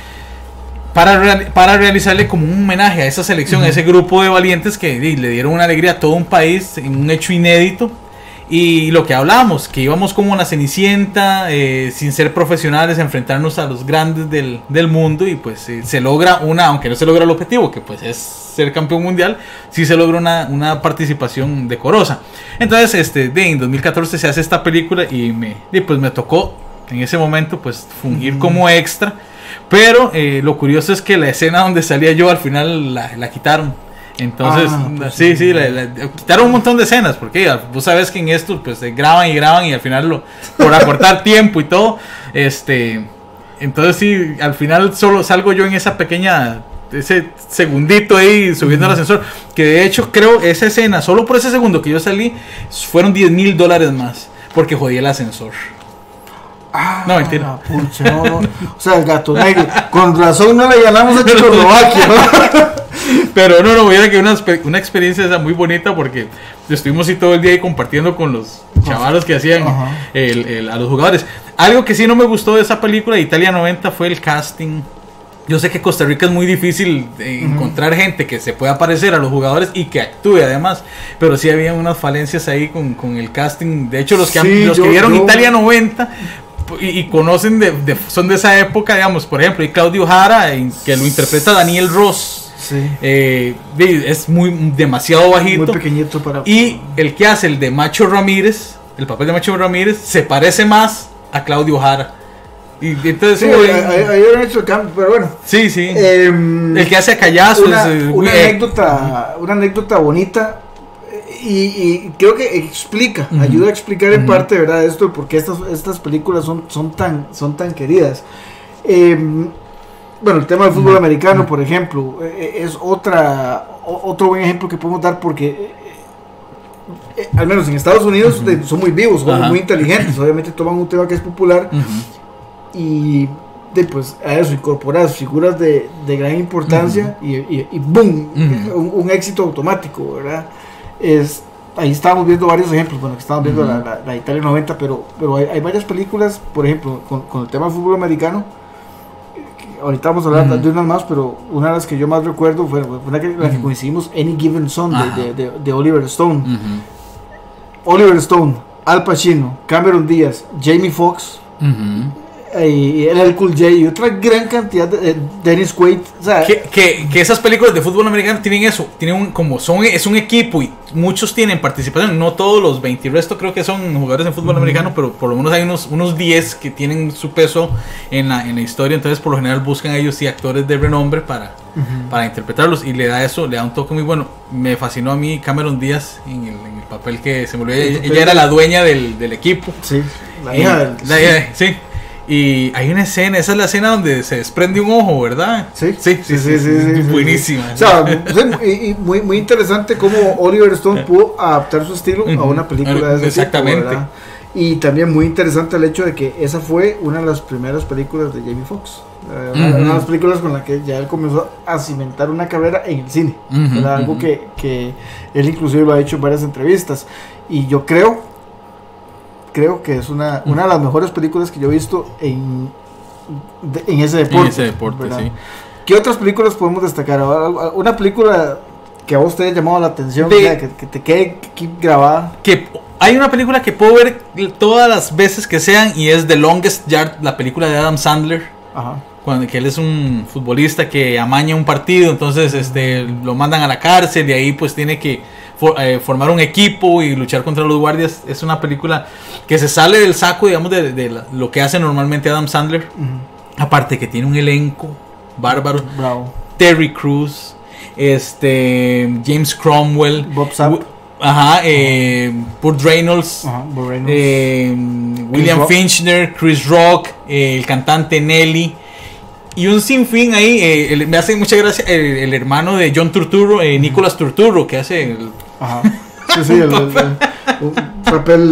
para, real, para realizarle como un homenaje a esa selección, uh-huh. a ese grupo de valientes que di, le dieron una alegría a todo un país en un hecho inédito. Y lo que hablábamos, que íbamos como una Cenicienta, eh, sin ser profesionales, a enfrentarnos a los grandes del, del mundo, y pues eh, se logra una, aunque no se logra el objetivo, que pues es ser campeón mundial, sí se logra una, una participación decorosa. Entonces, este, de, en dos mil catorce se hace esta película y me, de, pues me tocó en ese momento pues fungir mm. como extra, pero eh, lo curioso es que la escena donde salía yo al final la, la quitaron. Entonces, ah, pues sí, sí, la, la, quitaron un montón de escenas, porque vos sabes que en esto pues graban y graban y al final lo, por acortar tiempo y todo, este, entonces sí, al final solo salgo yo en esa pequeña, ese segundito ahí subiendo uh-huh. al ascensor, que de hecho creo esa escena, solo por ese segundo que yo salí, fueron diez mil dólares más, porque jodí el ascensor. Ah, no, mentira. Pucha, no, no. O sea, el gato negro. Con razón no le ganamos a Checoslovaquia, ¿no? Pero no, no, hubiera que una, una experiencia esa muy bonita porque estuvimos así todo el día ahí compartiendo con los chavalos que hacían el, el, a los jugadores. Algo que sí no me gustó de esa película de Italia noventa fue el casting. Yo sé que Costa Rica es muy difícil de uh-huh. encontrar gente que se pueda parecer a los jugadores y que actúe además, pero sí había unas falencias ahí con, con el casting. De hecho, los que, sí, han, los yo, que vieron yo... Italia noventa y, y conocen, de, de, son de esa época, digamos, por ejemplo, y Claudio Jara, que lo interpreta Daniel Ross. Sí. Eh, es muy demasiado bajito, muy pequeñito para... y el que hace el de Macho Ramírez, el papel de Macho Ramírez, se parece más a Claudio Jara. Y entonces sí, ahí habían hecho el cambio, pero bueno. Sí, sí. Eh, el que hace a Callazos. Una, eh, una eh, anécdota, una anécdota bonita. Y, y creo que explica, uh-huh. ayuda a explicar en uh-huh. parte, ¿verdad? Esto, porque estas, estas películas son, son, tan, son tan queridas. Eh, bueno, el tema del fútbol uh-huh. americano, por ejemplo, eh, es otra otro buen ejemplo que podemos dar porque, eh, eh, al menos en Estados Unidos, uh-huh. de, son muy vivos, son uh-huh. muy inteligentes. Obviamente toman un tema que es popular uh-huh. y de, pues, a eso incorporar figuras de, de gran importancia uh-huh. y, y, y ¡boom! Uh-huh. Un, un éxito automático, ¿verdad? Es, ahí estábamos viendo varios ejemplos, bueno, que estábamos viendo uh-huh. la, la, la Italia noventa, pero, pero hay, hay varias películas, por ejemplo, con, con el tema del fútbol americano, que ahorita vamos a hablar uh-huh. de unas más, pero una de las que yo más recuerdo fue, fue una que, uh-huh. la que coincidimos, Any Given Sunday, uh-huh. de, de, de Oliver Stone. Uh-huh. Oliver Stone, Al Pacino, Cameron Díaz, Jamie Foxx, uh-huh. y L L Cool J y otra gran cantidad de, de Dennis Quaid, o sea, que, que, que esas películas de fútbol americano tienen eso, tienen un, como son, es un equipo y muchos tienen participación, no todos los veinte, el resto creo que son jugadores de fútbol uh-huh. americano, pero por lo menos hay unos, unos diez que tienen su peso en la, en la historia, entonces por lo general buscan a ellos y actores de renombre para, uh-huh. para interpretarlos y le da eso, le da un toque muy bueno. Me fascinó a mí Cameron Díaz en el, en el papel que se me olvidó, ella, ella era la dueña del, del equipo, sí, la hija del, la, sí. sí. Y hay una escena, esa es la escena donde se desprende un ojo, ¿verdad? Sí, sí, sí, sí, sí, sí, sí, sí buenísima. Sí. O sea, y, y muy, muy interesante cómo Oliver Stone pudo adaptar su estilo uh-huh. a una película de ese Exactamente. tipo, ¿verdad? Y también muy interesante el hecho de que esa fue una de las primeras películas de Jamie Foxx. Uh, uh-huh. Una de las películas con la que ya él comenzó a cimentar una carrera en el cine. Uh-huh. Algo uh-huh. que, que él inclusive lo ha hecho en varias entrevistas. Y yo creo... creo que es una, una de las mejores películas que yo he visto en, de, en ese deporte. En ese deporte, ¿verdad? Sí. ¿Qué otras películas podemos destacar? Una película que a vos te haya llamado la atención, de, o sea, que, que te quede grabada. Que hay una película que puedo ver todas las veces que sean y es The Longest Yard, la película de Adam Sandler. Ajá. Cuando que él es un futbolista que amaña un partido, entonces este lo mandan a la cárcel y ahí pues tiene que for, eh, formar un equipo y luchar contra los guardias. Es una película que se sale del saco, digamos, de, de la, lo que hace normalmente Adam Sandler. Uh-huh. Aparte que tiene un elenco bárbaro. Bravo. Terry Crews, este James Cromwell, Bob Sapp. Ajá, eh, Burt Reynolds, Ajá, Burt Reynolds. Eh, William Chris Finchner, Rock. Chris Rock, eh, el cantante Nelly. Y un sinfín ahí, eh, el, me hace mucha gracia el, el hermano de John Turturro, eh, Nicolás Turturro, que hace el... Ajá. Sí, sí, el, el, el, un papel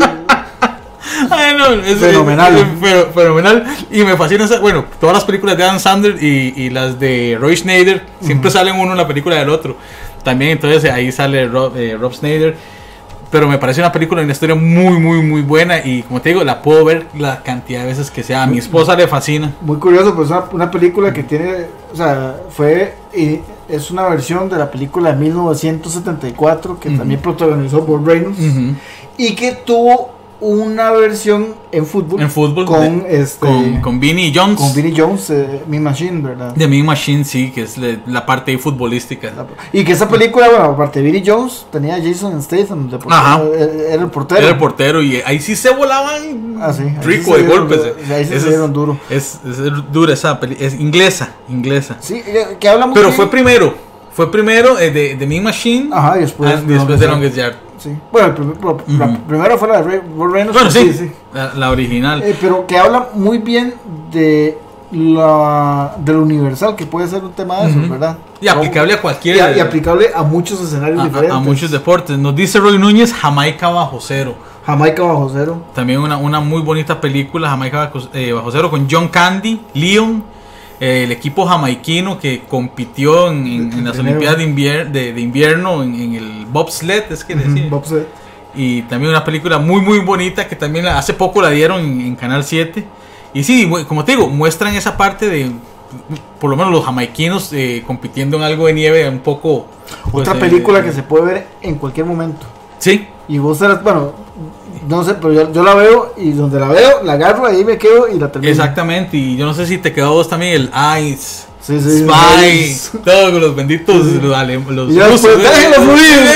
Ay, no, es, fenomenal. Es, es, es, fenomenal. Y me fascina, esa, bueno, todas las películas de Adam Sandler y, y las de Roy Schneider, siempre uh-huh. salen uno en la película del otro. También, entonces ahí sale Rob, eh, Rob Schneider. Pero me parece una película, una historia muy, muy, muy buena. Y como te digo, la puedo ver la cantidad de veces que sea. A mi esposa le fascina. Muy curioso, pues una, una película que tiene, o sea, fue, y es una versión de la película de mil novecientos setenta y cuatro que uh-huh. también protagonizó Burt Reynolds. Uh-huh. Y que tuvo una versión en fútbol. En fútbol. Con, de, este, con, con Vinnie Jones. Con Vinnie Jones, eh, Mean Machine, ¿verdad? De Mean Machine, sí, que es le, la parte futbolística. Y que esa película, bueno, aparte de Vinnie Jones, tenía a Jason Statham, de portero, Ajá. Era el portero. Era el portero, y ahí sí se volaban ah, sí, rico sí de golpes. Ahí sí se dieron duro. Es, es, es dura esa película, es inglesa, inglesa. Sí, que habla muy Pero bien. fue primero, fue primero eh, de, de Mean Machine. Ajá, y después, ah, después de Longest Yard. Sí. Bueno, el primer, uh-huh. la primera fue la de Burt Reynolds. Bueno, sí, sí, sí. La, la original. Eh, pero que habla muy bien de la del universal, que puede ser un tema de eso, uh-huh. ¿verdad? Y aplicable a cualquier. Y, y aplicable a muchos escenarios a, diferentes. A, a muchos deportes. Nos dice Roy Núñez, Jamaica bajo cero. Jamaica Bajo Cero. También una, una muy bonita película, Jamaica Bajo, eh, Bajo Cero, con John Candy, Leon, eh, el equipo jamaiquino que compitió en, en, en las de Olimpiadas de, invier de, de invierno en, en el bobsled, es que decía. Uh-huh, bobsled. Y también una película muy muy bonita que también la, hace poco la dieron en, en Canal siete. Y sí, como te digo, muestran esa parte de, por lo menos los jamaiquinos eh, compitiendo en algo de nieve un poco... Pues, otra película eh, que se puede ver en cualquier momento. Sí. Y vos eras, bueno, no sé, pero yo, yo la veo y donde la veo, la agarro, ahí me quedo y la termino. Exactamente, y yo no sé si te quedó a vos también el Ice, sí, sí, Spy, sí. todos los benditos, sí. los, ale, los y rusos. ¡Déjenlo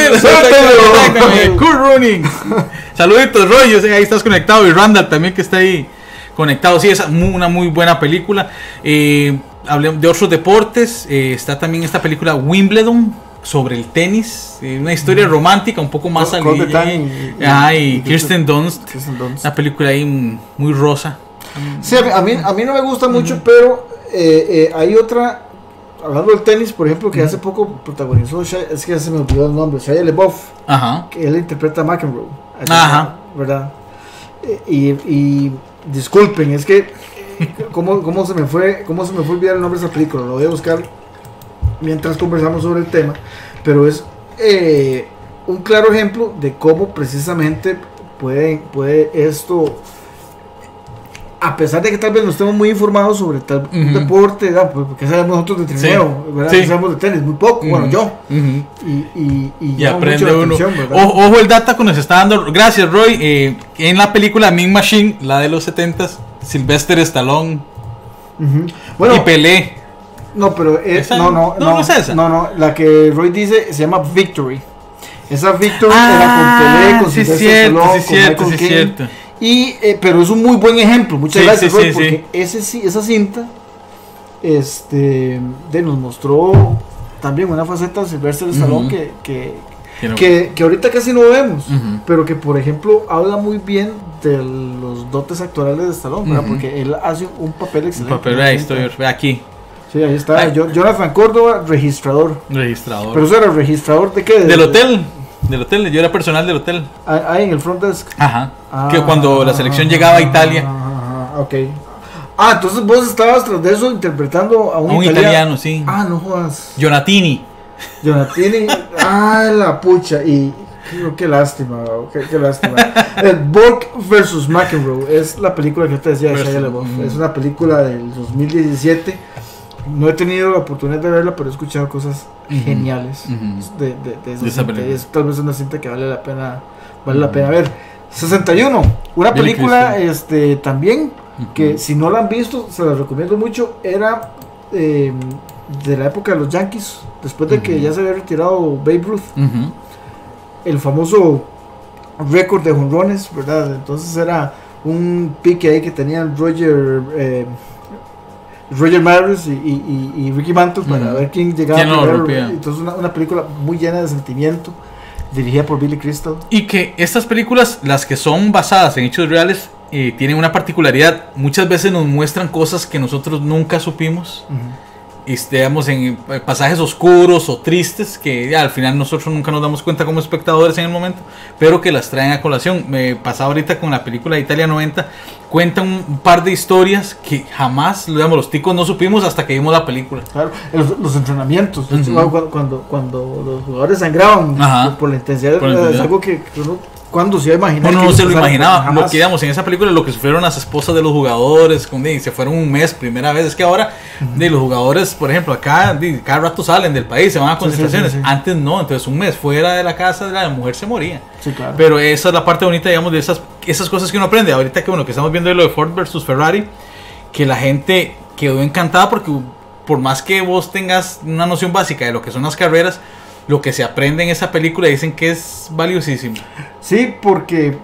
fluir! ¡Cool running! Saluditos, Roy, yo sé que ahí estás conectado, y Randall también que está ahí conectado. Sí, es una muy buena película. Eh, hablemos de otros deportes, eh, está también esta película Wimbledon, sobre el tenis, eh, una historia romántica un poco más alegre. Y, ah, y, y Kirsten Dunst, Kirsten Dunst, una película ahí muy rosa. Sí, a mí, a mí no me gusta mucho, uh-huh. pero eh, eh, hay otra, hablando del tenis, por ejemplo, que uh-huh. hace poco protagonizó, es que ya se me olvidó el nombre, Shia LaBeouf, uh-huh. que él interpreta a McEnroe, Ajá. ¿verdad? Eh, y, y disculpen, es que ¿cómo, cómo se me fue, cómo se me fue olvidar el nombre de esa película, lo voy a buscar mientras conversamos sobre el tema, pero es eh, un claro ejemplo de cómo precisamente puede, puede esto, a pesar de que tal vez no estemos muy informados sobre tal uh-huh. deporte, ¿verdad? Porque sabemos nosotros de trineo, ¿verdad? Sí. Sabemos de tenis, muy poco, uh-huh. bueno, yo, uh-huh. y, y, y, y aprende uno. Ojo, ojo el data que nos está dando, gracias Roy, eh, en la película Mean Machine, la de los setentas, Sylvester Stallone uh-huh. bueno, y Pelé. No, pero es, no, no, no, no, es esa. No, no, la que Roy dice se llama Victory. Esa Victory ah, era con Pelé, con sí Sylvester cierto, Stallone, sí cierto, con Michael sí Caine. Cierto. Y, eh, pero es un muy buen ejemplo. Muchas sí, gracias, sí, Roy, sí, porque sí. Ese, esa cinta este, de, nos mostró también una faceta de Sylvester Stallone uh-huh. que, que, que, no. que, que ahorita casi no vemos, uh-huh. pero que, por ejemplo, habla muy bien de los dotes actorales de Stallone, uh-huh. porque él hace un papel excelente. Un papel, ahí estoy, aquí. Sí, ahí está. Ay. Jonathan Córdoba, registrador. Registrador. Pero eso era registrador de qué? De, del hotel. Del hotel. Yo era personal del hotel. Ahí en el front desk. Ajá. Ah, que cuando la selección llegaba a Italia. Ajá, ok. Ah, entonces vos estabas tras de eso interpretando a un, a un italiano. italiano, sí. Ah, no jodas. Jonatini. Jonatini. Ah, la pucha. Y qué, qué lástima, qué, qué lástima. El Borg versus McEnroe es la película que te decía de Shia LaBeouf. Mm. Es una película del dos mil diecisiete. No he tenido la oportunidad de verla, pero he escuchado cosas uh-huh. geniales uh-huh. de, de, de esa cinta. Es tal vez una cinta que vale la pena, vale uh-huh. la pena ver. sesenta y uno, una Billy película este, también uh-huh. que si no la han visto, se la recomiendo mucho. Era eh, de la época de los Yankees, después de uh-huh. que ya se había retirado Babe Ruth. Uh-huh. El famoso récord de jonrones, ¿verdad? Entonces era un pique ahí que tenían Roger... Eh, Roger Maris y, y, y Ricky Mantle para uh-huh. ver quién llegaba ¿Quién primero. No Entonces una, una película muy llena de sentimiento, dirigida por Billy Crystal. Y que estas películas, las que son basadas en hechos reales, eh, tienen una particularidad. Muchas veces nos muestran cosas que nosotros nunca supimos. Uh-huh. Y estemos en pasajes oscuros o tristes que ya, al final nosotros nunca nos damos cuenta como espectadores en el momento, pero que las traen a colación. Me pasaba ahorita con la película de Italia noventa, cuentan un par de historias que jamás, digamos, los ticos no supimos hasta que vimos la película. Claro, los, los entrenamientos, uh-huh. cuando, cuando, cuando los jugadores sangraban por, por la intensidad, por la intensidad. Es algo que uno, cuando se iba a imaginar. No, no, no se lo imaginaba. Lo que digamos en esa película, lo que sufrieron las esposas de los jugadores, con, de, se fueron un mes, primera vez. Es que ahora uh-huh. de los jugadores, por ejemplo, acá de, cada rato salen del país, se van a concentraciones. Sí, sí, sí, sí. Antes no, entonces un mes fuera de la casa de la mujer se moría. Sí, claro. Pero esa es la parte bonita, digamos, de esas, esas cosas que uno aprende. Ahorita que bueno, que estamos viendo lo de Ford versus Ferrari, que la gente quedó encantada porque por más que vos tengas una noción básica de lo que son las carreras, lo que se aprende en esa película dicen que es valiosísimo. Sí, porque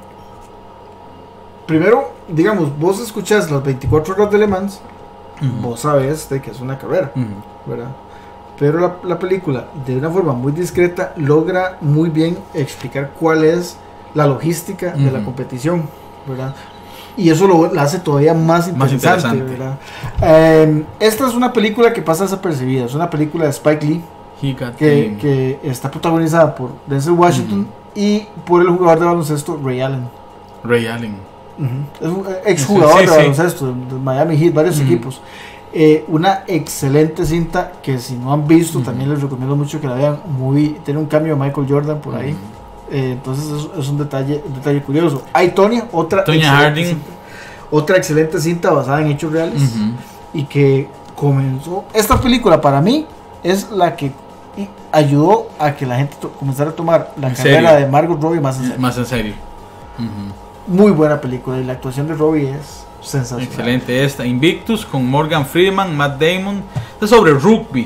primero, digamos, vos escuchás las veinticuatro horas de Le Mans, uh-huh. vos sabés de que es una carrera, uh-huh. ¿verdad? Pero la, la película, de una forma muy discreta, logra muy bien explicar cuál es la logística uh-huh. de la competición, ¿verdad? Y eso lo, la hace todavía más interesante, más interesante. ¿verdad? Eh, esta es una película que pasa desapercibida, es una película de Spike Lee, que, que está protagonizada por Denzel Washington uh-huh. y por el jugador de baloncesto Ray Allen. Ray Allen. Uh-huh. Es un exjugador sí, sí, de baloncesto sí. de Miami Heat, varios uh-huh. equipos. Eh, una excelente cinta que si no han visto uh-huh. también les recomiendo mucho que la vean. Muy, tiene un cambio de Michael Jordan por ahí. Uh-huh. Eh, entonces es, es un detalle un detalle curioso. Hay Tonya, otra Tonya Harding. Cinta, otra excelente cinta basada en hechos reales uh-huh. y que comenzó. Esta película para mí es la que ayudó a que la gente to- comenzara a tomar la carrera de Margot Robbie más en serio. Más en serio. Uh-huh. Muy buena película y la actuación de Robbie es sensacional. Excelente esta. Invictus con Morgan Freeman, Matt Damon. Es sobre rugby.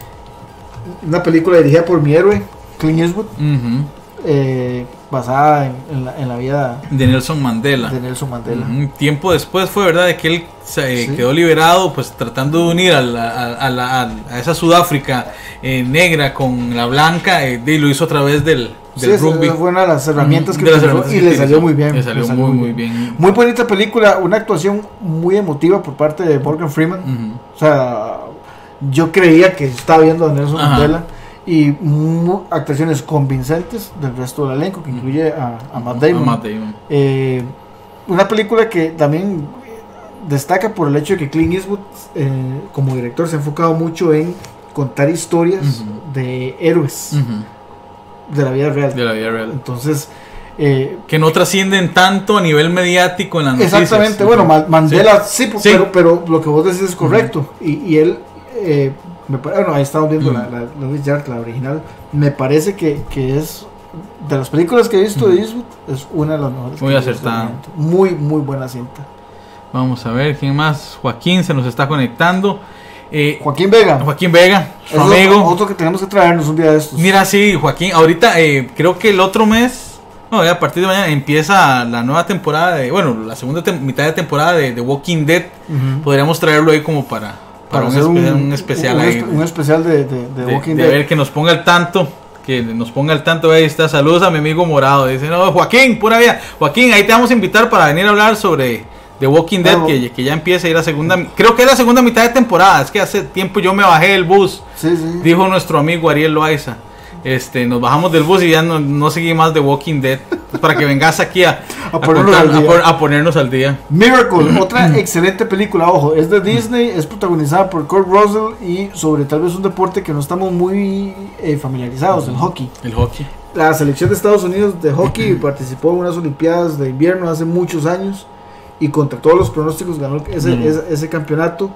Una película dirigida por mi héroe, Clint Eastwood. Uh-huh. Eh, basada en, en, la, en la vida de Nelson Mandela. De Nelson Mandela. Un tiempo después fue verdad de que él se sí. quedó liberado, pues tratando de unir a, la, a, la, a esa Sudáfrica eh, negra con la blanca, eh, y lo hizo a través del, del sí, rugby. Fue una de las herramientas mm, que utilizó y le salió muy bien. Le salió, le salió muy, muy bien. bien. Muy bonita película, una actuación muy emotiva por parte de Morgan Freeman. Uh-huh. O sea, yo creía que estaba viendo a Nelson Ajá. Mandela. Y muy, actuaciones convincentes del resto del elenco, que incluye a, a Matt Damon. A Matt Damon. Eh, una película que también destaca por el hecho de que Clint Eastwood, eh, como director, se ha enfocado mucho en contar historias uh-huh. de héroes uh-huh. de la vida real. De la vida real. Entonces, eh, que no trascienden tanto a nivel mediático en las noticias. Exactamente, bueno, Mandela sí, sí, pero, pero lo que vos decís es correcto. Uh-huh. Y, y él. Eh, Me pare, bueno, ahí estamos viendo mm. la, la, la, Jack, la original. Me parece que, que es de las películas que he visto mm. de Eastwood, es una de las mejores. Muy acertada. Muy, muy buena cinta. Vamos a ver quién más. Joaquín se nos está conectando. Eh, Joaquín Vega. Joaquín Vega, su es amigo. Otro, otro que tenemos que traernos un día de estos. Mira, sí, Joaquín. Ahorita eh, creo que el otro mes, no, a partir de mañana empieza la nueva temporada de, bueno, la segunda te- mitad de temporada de, de Walking Dead. Uh-huh. Podríamos traerlo ahí como para. Para, para un, hacer un, un especial un, ahí, un especial de, de, de, de Walking de Dead. A ver, que nos ponga al tanto, que nos ponga al tanto. Ahí está, saludos a mi amigo Morado. Dice, no, Joaquín, pura vida. Joaquín, ahí te vamos a invitar para venir a hablar sobre The Walking Dead, claro. que, que ya empieza a ir la segunda, creo que es la segunda mitad de temporada. Es que hace tiempo yo me bajé del bus, sí, sí. dijo nuestro amigo Ariel Loaiza. Este, nos bajamos del bus y ya no, no seguí más de Walking Dead, para que vengas aquí a, a, a, ponernos, contar, al a, por, a ponernos al día. Miracle, otra excelente película, ojo, es de Disney, es protagonizada por Kurt Russell y sobre tal vez un deporte que no estamos muy eh, familiarizados, el hockey. El hockey. La selección de Estados Unidos de hockey participó en unas Olimpiadas de invierno hace muchos años y contra todos los pronósticos ganó ese, mm. ese, ese campeonato,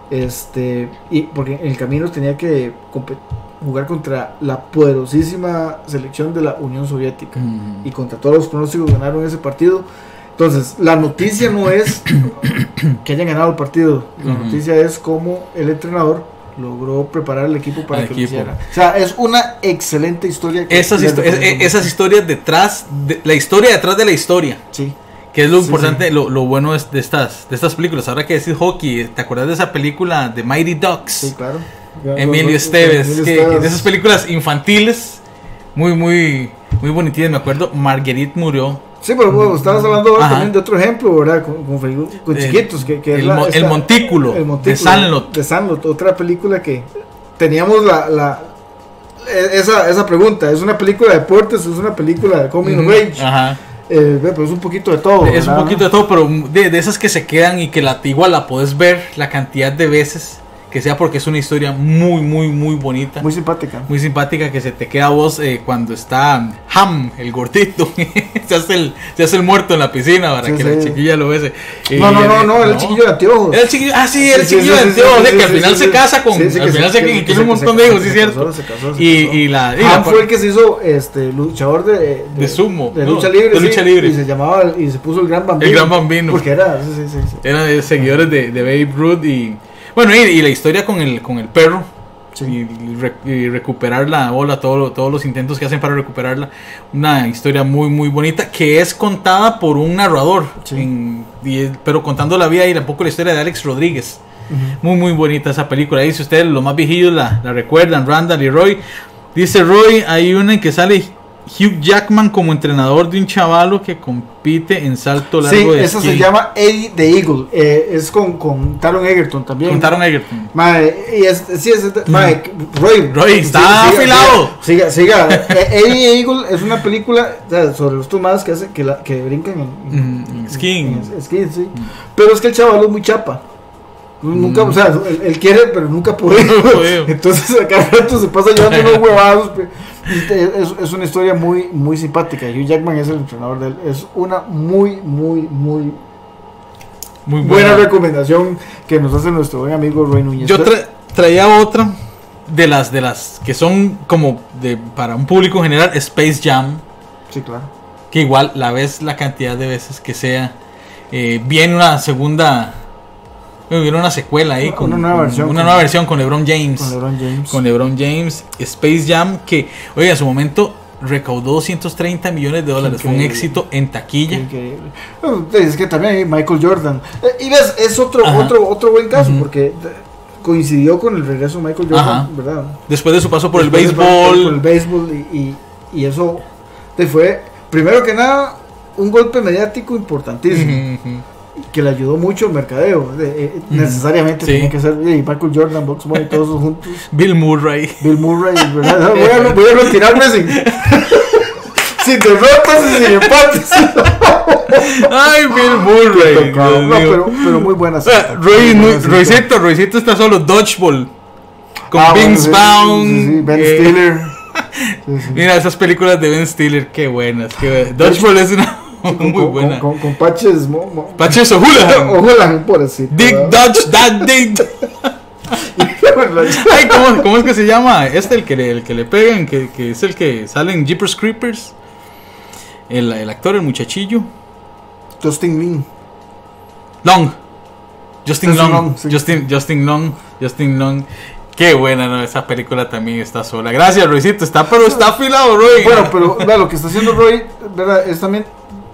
este, y porque en el camino tenía que competir, jugar contra la poderosísima selección de la Unión Soviética mm. y contra todos los pronósticos ganaron ese partido. Entonces la noticia no es que hayan ganado el partido, la mm. noticia es cómo el entrenador logró preparar el equipo para el que equipo. lo hiciera. O sea, es una excelente historia que esas, histo- es, esas historias detrás de, la historia detrás de la historia, sí, que es lo sí, importante, sí. Lo, lo bueno es de estas de estas películas. Ahora que decís hockey, ¿te acuerdas de esa película de Mighty Ducks? Sí, claro. Emilio Esteves, Emilio que, que de esas películas infantiles muy muy muy bonitas. Me acuerdo, Marguerite murió. Sí, pero bueno, estabas hablando ahora también de otro ejemplo, ¿verdad? Con, con, con chiquitos, que, que el, es la, mo, esta, el, montículo, el montículo de Sandlot. De Sandlot, otra película que teníamos la, la esa, esa pregunta, ¿es una película de deportes? ¿Es una película de coming of age? Ajá. Eh, pero es un poquito de todo. Es ¿verdad? un poquito de todo, pero de, de esas que se quedan y que la, igual la puedes ver la cantidad de veces que sea, porque es una historia muy, muy, muy bonita. Muy simpática. Muy simpática, que se te queda a vos eh, cuando está Ham, el gordito, se, hace el, se hace el muerto en la piscina para sí, que sí. la chiquilla lo bese. Eh, no, no, no, no, era el chiquillo de anteojos. Era el chiquillo, ah, sí, era el sí, chiquillo sí, de anteojos, sí, sí, que al final sí, se casa con, sí, sí, al final se tiene un montón de hijos, sí, cierto. Y la Ham fue el que se hizo este luchador de de, de sumo, de lucha libre, de lucha libre, y se llamaba y se puso el Gran Bambino. El Gran Bambino. Porque era, sí, sí, sí. Era de seguidores de, de Babe Ruth y bueno, y, y la historia con el con el perro, sí. y, y, re, y recuperar la bola, todo, todos los intentos que hacen para recuperarla, una historia muy muy bonita que es contada por un narrador, sí. en, y, pero contando la vida y un poco la historia de Alex Rodríguez. Uh-huh. Muy muy bonita esa película. Ahí si ustedes los más viejillos la, la recuerdan, Randall y Roy. Dice Roy, hay una en que sale Hugh Jackman como entrenador de un chavalo que compite en salto largo sí, de esa esquí. se llama Eddie the Eagle. Eh, es con, con Taron Egerton también. Con Taron Egerton. Mae, y es, sí, es, mae, Roy, Roy, está afilado. Siga, siga. siga. Eh, Eddie the Eagle es una película, o sea, sobre los tomadas que hacen que, la, que brincan en, en, Mm, skiing. en esquí, sí. Pero es que el chaval es muy chapa. Nunca, Mm. o sea, él, él quiere, pero nunca puede. Entonces, acá rato se pasa llevando unos huevados. Es, es una historia muy, muy simpática. Hugh Jackman es el entrenador de él. Es una muy, muy, muy, Muy buena, buena. recomendación que nos hace nuestro buen amigo Roy Núñez. Yo tra- traía otra de las de las que son como de para un público en general, Space Jam. Sí, claro. Que igual la ves la cantidad de veces que sea. Eh, viene una segunda. Bueno, viene una secuela ahí. Una con, nueva con- versión Una con- nueva versión con LeBron James. Con LeBron James. Con LeBron James. Space Jam. Que, oye, en su momento recaudó doscientos treinta millones de dólares. Fue un Increíble. éxito en taquilla. Increíble. Bueno, es que también hay Michael Jordan. Eh, y ves, es otro, Ajá. otro, otro buen caso, Ujú. porque coincidió con el regreso de Michael Jordan, Ajá. ¿verdad? Después de su paso por Después el de pasar béisbol. Por el béisbol y, y, y eso te fue, primero que nada, un golpe mediático importantísimo. Ujú, ujú. Que le ayudó mucho al mercadeo. De, eh, necesariamente Sí. tenía que ser y Michael Jordan, Bugs Bunny, todos esos juntos. Bill Murray. Bill Murray, ¿verdad? Voy a, voy a retirarme sin, sin derrotas y sin empates. Ay, Bill Murray. No, Dios mío. pero, pero muy buenas. Ah, Roy, no- Roycito, Roycito está solo Dodgeball. Con Ah, bueno, Vince sí, Vaughn. sí, sí, Ben eh, Stiller. Sí, sí. Mira esas películas de Ben Stiller, qué buenas. Qué buenas. Dodgeball es una Con- muy con- buena. Con, con, con Patches. Mo, mo, Patches O'Houlihan. O'Houlihan, pobrecito. Dick ¿verdad? Dodge, that Dick. Ay, ¿cómo, ¿cómo es que se llama? Este, el que le, el que le pegan, que, que es el que sale en Jeepers Creepers. El, el actor, el muchachillo. Justin Lin. Long. Justin, Justin Long. Long, sí. Justin, Justin Long. Justin Long. Qué buena, ¿no? Esa película también está sola. Gracias, Roycito. Está, pero está afilado, Roy. Bueno, pero vea, lo que está haciendo Roy, ¿verdad? Es también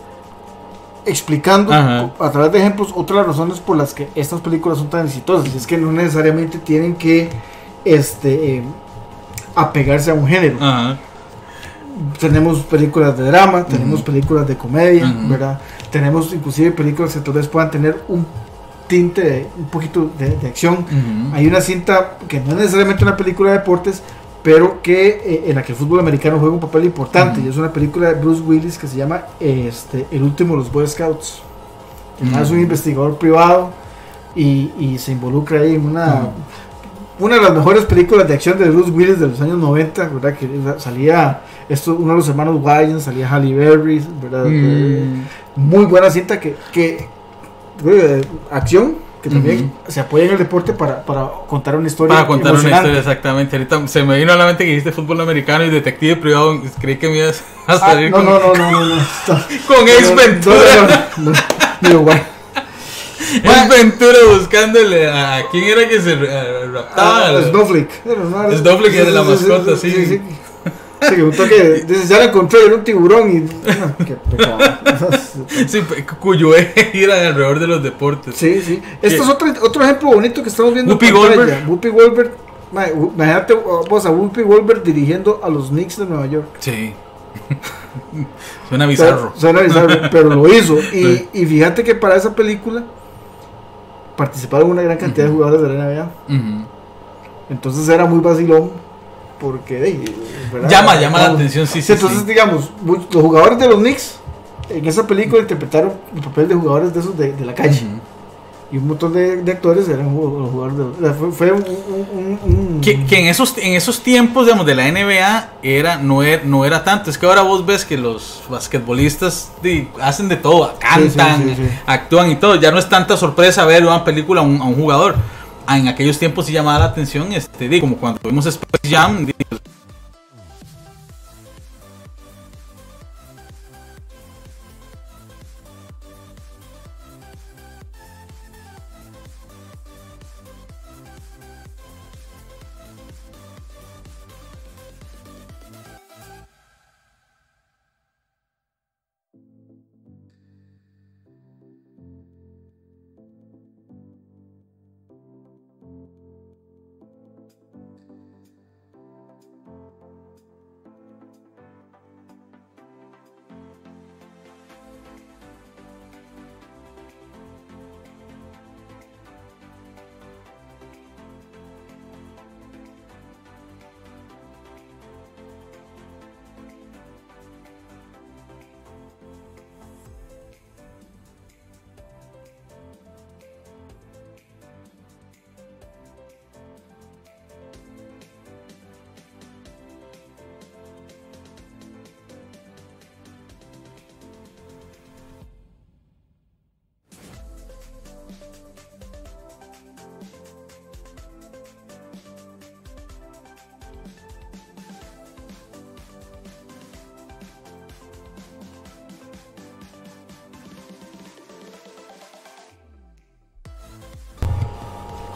explicando Ajá. a través de ejemplos otras razones por las que estas películas son tan exitosas. Y es que no necesariamente tienen que este eh, apegarse a un género. Ajá. Tenemos películas de drama, tenemos Ujú. películas de comedia, Ujú. ¿verdad? Tenemos inclusive películas que tal vez puedan tener un tinte, de- un poquito de, de acción. Ujú. Hay una cinta que no es necesariamente una película de deportes, pero que eh, en la que el fútbol americano juega un papel importante. Ujú. Y es una película de Bruce Willis que se llama este, El último de los Boy Scouts. Que Ujú. es un investigador privado y, y se involucra ahí en una... Ujú. Una de las mejores películas de acción de Bruce Willis de los años noventa, ¿verdad? Que salía esto, uno de los hermanos Wayans, salía Halle Berry, ¿verdad? Mm. Muy buena cinta que, que eh, acción, que también Ujú. se apoya en el deporte para, para contar una historia. Para contar una emocionante. historia, exactamente. Ahorita se me vino a la mente que dijiste fútbol americano y detective privado. Creí que me ibas a Ah, salir no, con, no, no, no, no, no, está- con Ace no, Ventura. no, no, no, no, digo, bueno. Ace Ventura buscándole a, a quién era que se eh, raptaba. Ah, Snowflake. Era, ¿no? Era- Snowflake era la sí, sí, mascota, sí. Sí, sí. Sí, que un toque, dices, ya lo encontré, era un tiburón y... no, qué pecado. Sí, pe- cuyo eje gira alrededor de los deportes. Sí, sí. Esto es otro, otro ejemplo bonito que estamos viendo. en Whoopi pantalla. Goldberg. Whoopi Goldberg. mae, u- Imagínate vos a Whoopi Goldberg dirigiendo a los Knicks de Nueva York. Sí. Suena bizarro. Suena bizarro, pero lo hizo. Y, y fíjate que para esa película participaron una gran cantidad de jugadores de la N B A. Ujú. Entonces era muy vacilón. Porque de, ¿verdad? Llama, llama la Vamos. atención, sí, sí, Entonces, sí. digamos, mu- los jugadores de los Knicks en esa película interpretaron el papel de jugadores de esos de, de la calle. Ujú. Y un montón de, de actores eran ju- los jugadores de los, fue, fue un, un- un- un- Que, que en esos en esos tiempos, digamos, de la N B A era no era, no era tanto. Es que ahora vos ves que los basquetbolistas di, hacen de todo, cantan, Sí, sí, sí, sí. actúan y todo. Ya no es tanta sorpresa ver una película a un, a un jugador. Ah, en aquellos tiempos sí llamaba la atención, este, di, como cuando vimos Space Jam. Di,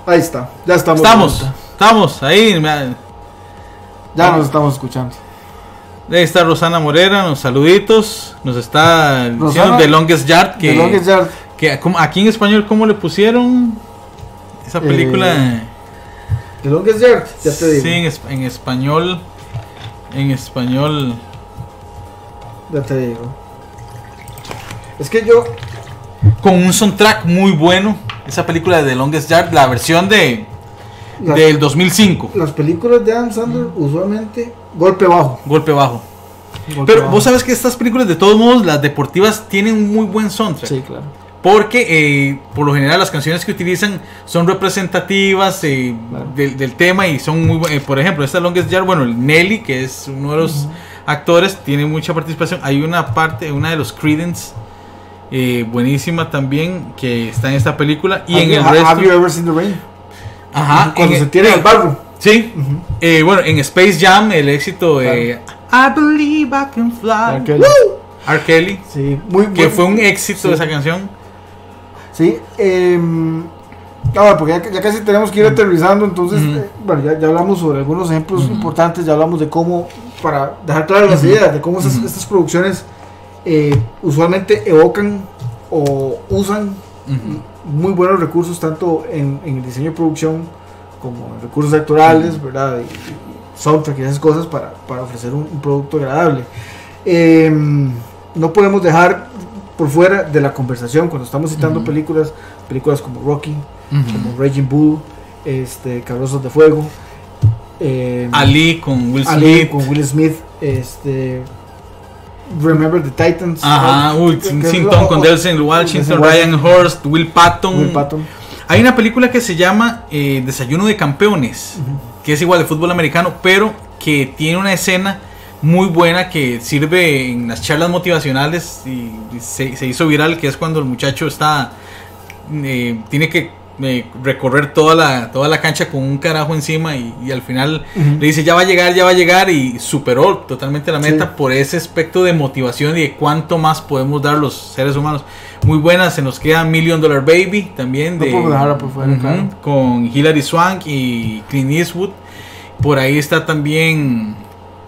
Ahí está, ya estamos. Estamos, estamos, ahí. Ya nos estamos escuchando. Ahí está Rosana Morera, nos saluditos. Nos está Rosana, diciendo The Longest Yard. Que, The Longest Yard. Que, aquí en español, ¿cómo le pusieron esa película? Eh, The Longest Yard, ya te digo. Sí, en, en español. En español. Ya te digo. Es que yo. Con un soundtrack muy bueno. Esa película de The Longest Yard, la versión de las, del dos mil cinco. Las películas de Adam Sandler usualmente golpe bajo. Golpe bajo. Golpe Pero bajo. vos sabes que estas películas, de todos modos, las deportivas tienen un muy buen soundtrack. Sí, claro. Porque eh, por lo general las canciones que utilizan son representativas eh, claro. del, del tema y son muy buenas. Eh, por ejemplo, esta Longest Yard, bueno, el Nelly, que es uno de los uh-huh. actores, tiene mucha participación. Hay una parte, una de los Creedence. Eh, buenísima también que está en esta película y have en you, el resto. Have you ever seen the rain? Ajá. Cuando se tira el barro. Sí. Uh-huh. eh, bueno, en Space Jam el éxito de claro. I Believe I Can Fly. R. Kelly. R. Kelly. Sí. Muy que muy, fue un éxito sí. esa canción. Sí. Eh, ahora porque ya, ya casi tenemos que ir aterrizando, entonces uh-huh. eh, bueno ya, ya hablamos sobre algunos ejemplos uh-huh. importantes, ya hablamos de cómo para dejar claras las uh-huh. ideas de cómo estas, uh-huh. estas producciones eh, usualmente evocan o usan uh-huh. muy buenos recursos tanto en, en el diseño de producción como en recursos actorales, uh-huh. ¿verdad? Y, y soundtrack y esas cosas para, para ofrecer un, un producto agradable. Eh, no podemos dejar por fuera de la conversación cuando estamos citando uh-huh. películas, películas como Rocky, uh-huh. como Raging Bull, este, Carrozas de Fuego, eh, Ali con Will Smith, Ali con Will Smith, este Remember the Titans. Ajá, uy, Sinton con Denzel Washington, Ryan Hurst, Will Patton. Will Patton. Hay una película que se llama eh, Desayuno de Campeones, uh-huh. que es igual de fútbol americano, pero que tiene una escena muy buena que sirve en las charlas motivacionales y se, se hizo viral, que es cuando el muchacho está eh, tiene que eh, recorrer toda la toda la cancha con un carajo encima y, y al final uh-huh. le dice ya va a llegar, ya va a llegar y superó totalmente la meta sí. por ese aspecto de motivación y de cuánto más podemos dar los seres humanos. Muy buena, se nos queda Million Dollar Baby también de, no dejarla por fuera, uh-huh, claro. con Hilary Swank y Clint Eastwood. Por ahí está también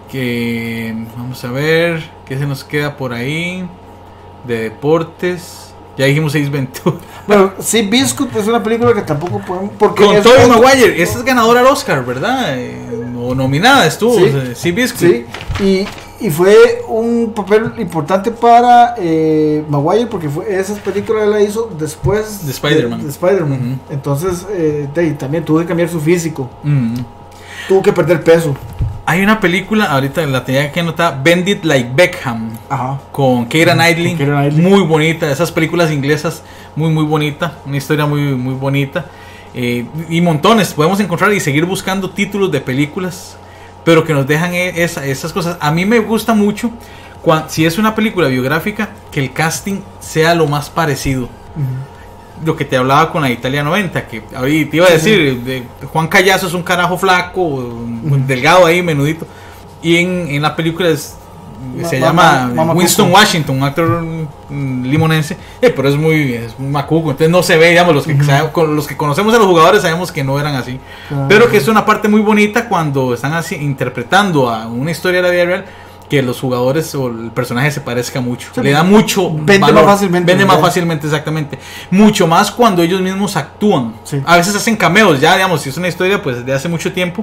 que vamos a ver qué se nos queda por ahí de deportes. Ya dijimos Ace Ventura. Bueno, sí, Biscuit es una película que tampoco podemos. Porque con Tobey Maguire, esta es ganadora al Oscar, ¿verdad? Eh, o nominada estuvo. Sí, sí Biscuit. Sí, y, y fue un papel importante para eh, Maguire porque fue, esa película la hizo después de Spider-Man. De, de Spider-Man. Uh-huh. Entonces, eh, de, también tuvo que cambiar su físico. Uh-huh. Tuvo que perder peso. Hay una película, ahorita la tenía que anotar, Bend It Like Beckham, Ajá. con Keira Knightley, muy bonita, esas películas inglesas, muy muy bonita, una historia muy muy bonita, eh, y montones, podemos encontrar y seguir buscando títulos de películas, pero que nos dejan esa, esas cosas. A mí me gusta mucho, cuando, si es una película biográfica, que el casting sea lo más parecido. Uh-huh. Lo que te hablaba con la Italia noventa, que ahorita te iba a decir, de Juan Callazo es un carajo flaco, uh-huh. delgado ahí, menudito, y en, en la película es, ma, se ma, llama ma, ma, Winston Cuco. Washington, un actor mm, limonense, eh, pero es muy, es muy macuco, entonces no se ve, digamos, los que, uh-huh. sabe, con, los que conocemos a los jugadores sabemos que no eran así, uh-huh. pero que es una parte muy bonita cuando están así interpretando a una historia de la vida real, que los jugadores o el personaje se parezca mucho, sí, le da mucho vende valor, más fácilmente, vende más fácilmente, exactamente, mucho más cuando ellos mismos actúan, sí. a veces hacen cameos, ya digamos, si es una historia pues de hace mucho tiempo,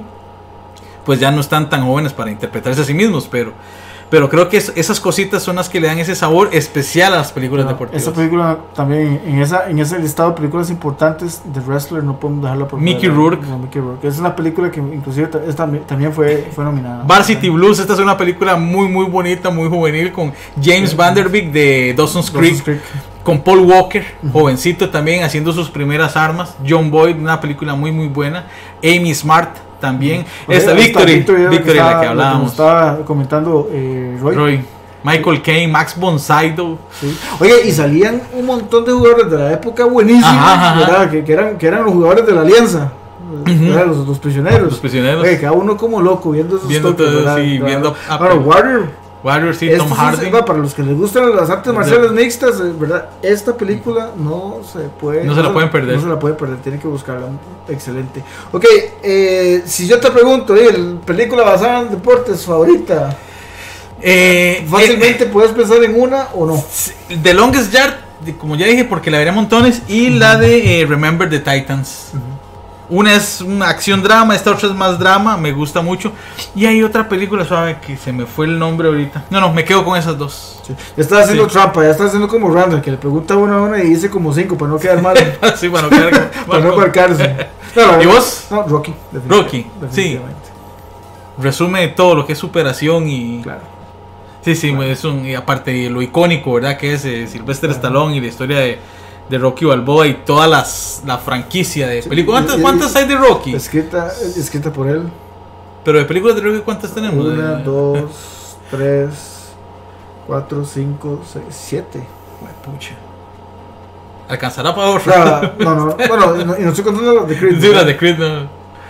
pues ya no están tan jóvenes para interpretarse a sí mismos, pero pero creo que es, esas cositas son las que le dan ese sabor especial a las películas no, deportivas. Esa película también, en esa en ese listado de películas importantes de wrestler, no podemos dejarla por Mickey Rourke. No, Mickey Rourke. Es una película que inclusive esta, también fue, fue nominada. Varsity Blues, esta es una película muy muy bonita, muy juvenil, con James sí. Van Der Beek de Dawson's Creek, Dawson's Creek. Con Paul Walker, uh-huh. jovencito también, haciendo sus primeras armas. John Boyd, una película muy muy buena. Amy Smart también. Pues esta Victory, Victory, Victory estaba, la que hablábamos. Estaba comentando eh, Roy. Roy. Michael Caine, Max von Sydow. Sí. Oye, y salían un montón de jugadores de la época buenísimos, ajá, ajá. Que, que, eran, que eran los jugadores de la Alianza. Uh-huh. Los, los prisioneros. Los prisioneros. Oye, cada uno como loco viendo esos viendo toques, todo, sí, viendo a, bueno, Warrior. Warrior, sí, Esto Tom sí Hardy. se- va, para los que les gustan las artes marciales mixtas, eh, ¿verdad? Esta película no se puede. No se la pueden perder. No se la pueden perder, tienen que buscarla. Excelente. Ok, eh, si yo te pregunto, ¿eh, el película basada en deportes favorita? Eh, Fácilmente eh, puedes pensar en una o no. The Longest Yard, de- como ya dije, porque la veré montones. Y uh-huh. la de eh, Remember the Titans. Uh-huh. Una es una acción drama, esta otra es más drama, me gusta mucho. Y hay otra película suave que se me fue el nombre ahorita. No, no, me quedo con esas dos. Sí. Ya estás haciendo sí. trampa, ya estás haciendo como Randall, que le pregunta una a una y dice como cinco para no quedar mal. Sí, para no quedar para no marcarse. No, ¿Y vos? No, Rocky. Rocky, sí. Resume todo lo que es superación y... Claro. Sí, sí, claro. Es un, y aparte lo icónico, ¿verdad? Que es eh, Sylvester claro. Stallone y la historia de, de Rocky Balboa y toda las, la franquicia de películas. ¿Cuántas, ¿Cuántas hay de Rocky? Escrita, escrita por él. Pero de películas de Rocky, ¿cuántas tenemos? Una, dos, tres, cuatro, cinco, seis, siete. Pucha. ¿Alcanzará para ahorrar? No, no, no, bueno, y no, y no estoy contando las de Creed. Sí, las de Creed, no.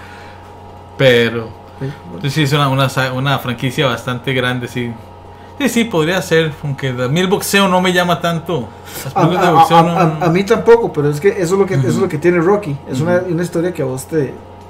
Pero... Sí, bueno. sí es una, una, una franquicia bastante grande, sí. Sí, sí, podría ser, aunque a mí el boxeo no me llama tanto. Las a, a, de boxeo a, no... a, a mí tampoco, pero es que eso es lo que, uh-huh. eso es lo que tiene Rocky. Es uh-huh. una, una historia que a vos te...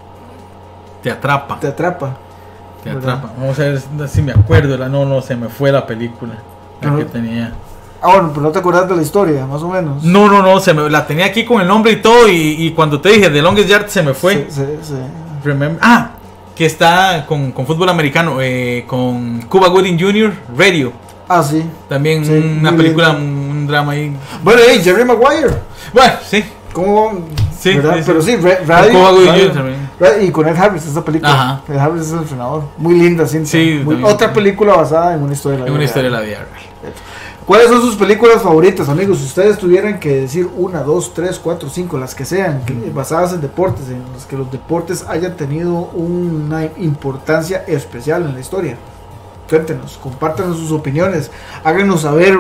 Te atrapa. Te atrapa. Te atrapa. Vamos a ver si me acuerdo. La, no, no, se me fue la película. La uh-huh. que tenía... Ah, bueno, pero no te acuerdas de la historia, más o menos. No, no, no, se me, la tenía aquí con el nombre y todo. Y, y cuando te dije The Longest Yard se me fue. Sí, sí, sí. Remember, ah, que está con, con fútbol americano, eh, con Cuba Gooding junior, Radio. Ah, sí. También sí, una película, un, un drama ahí. Bueno, hey, Jerry Maguire. Bueno, sí. ¿Cómo? Sí, sí, pero sí, sí Radio. Cuba Gooding junior también. Y con Ed Harris, esa película. Ajá. Ed Harris es el entrenador. Muy linda, sí. Sí. Muy, otra película basada en una historia de la vida. En una historia de real. la vida real. ¿Cuáles son sus películas favoritas, amigos? Si ustedes tuvieran que decir una, dos, tres, cuatro, cinco, las que sean, que, basadas en deportes, en las que los deportes hayan tenido una importancia especial en la historia. Cuéntenos, compártanos sus opiniones, háganos saber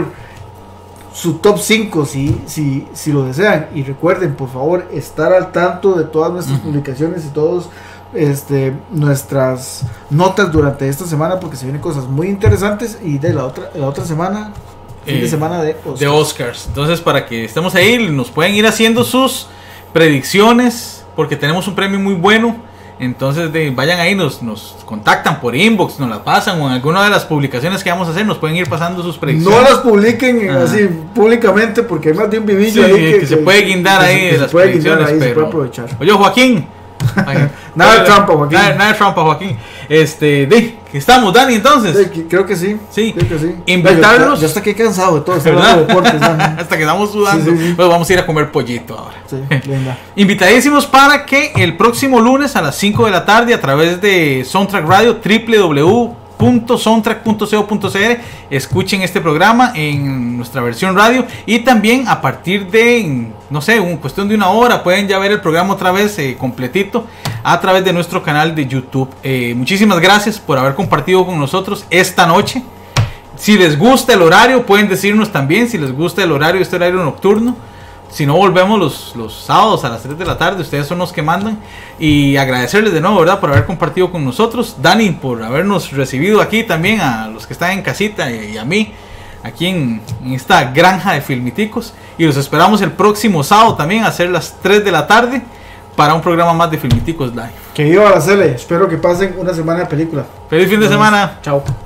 su top cinco si, si, si lo desean. Y recuerden, por favor, estar al tanto de todas nuestras uh-huh. publicaciones y todos este, nuestras notas durante esta semana, porque se vienen cosas muy interesantes. Y de la otra, la otra semana... Fin de semana de Oscars. de Oscars. Entonces, para que estemos ahí, nos pueden ir haciendo sus predicciones, porque tenemos un premio muy bueno. Entonces, de, vayan ahí, nos, nos contactan por inbox, nos las pasan, o en alguna de las publicaciones que vamos a hacer, nos pueden ir pasando sus predicciones. No las publiquen ah. así públicamente, porque hay más de un vivillo sí, ahí que, que, que se puede guindar que, ahí que de se las puede predicciones. Ahí, pero... se puede aprovechar. Oye, Joaquín. Ay, nada de trampa, Joaquín. Nada, nada de trampa, Joaquín. Este, de, ¿estamos, Dani, entonces? Sí, creo que sí. Sí. Creo que sí. Invitarlos. Ya, ya hasta que he cansado de todo este de deportes. Hasta que estamos sudando. Sí, sí, sí. Pues vamos a ir a comer pollito ahora. Sí, linda. Invitadísimos para que el próximo lunes a las cinco de la tarde, a través de Soundtrack Radio, doble u doble u doble u punto soundtrack punto co punto c r, escuchen este programa en nuestra versión radio, y también a partir de, no sé, un cuestión de una hora pueden ya ver el programa otra vez eh, completito a través de nuestro canal de YouTube. Eh, muchísimas gracias por haber compartido con nosotros esta noche. Si les gusta el horario, pueden decirnos también si les gusta el horario, este horario nocturno. Si no, volvemos los, los sábados a las tres de la tarde. Ustedes son los que mandan. Y agradecerles de nuevo, ¿verdad?, por haber compartido con nosotros. Dani, por habernos recibido aquí también, a los que están en casita y, y a mí, aquí en, en esta granja de filmiticos. Y los esperamos el próximo sábado también a ser las tres de la tarde para un programa más de Filmiticos Live. Que viva la Cele. Espero que pasen una semana de película. Feliz fin de semana. Chao.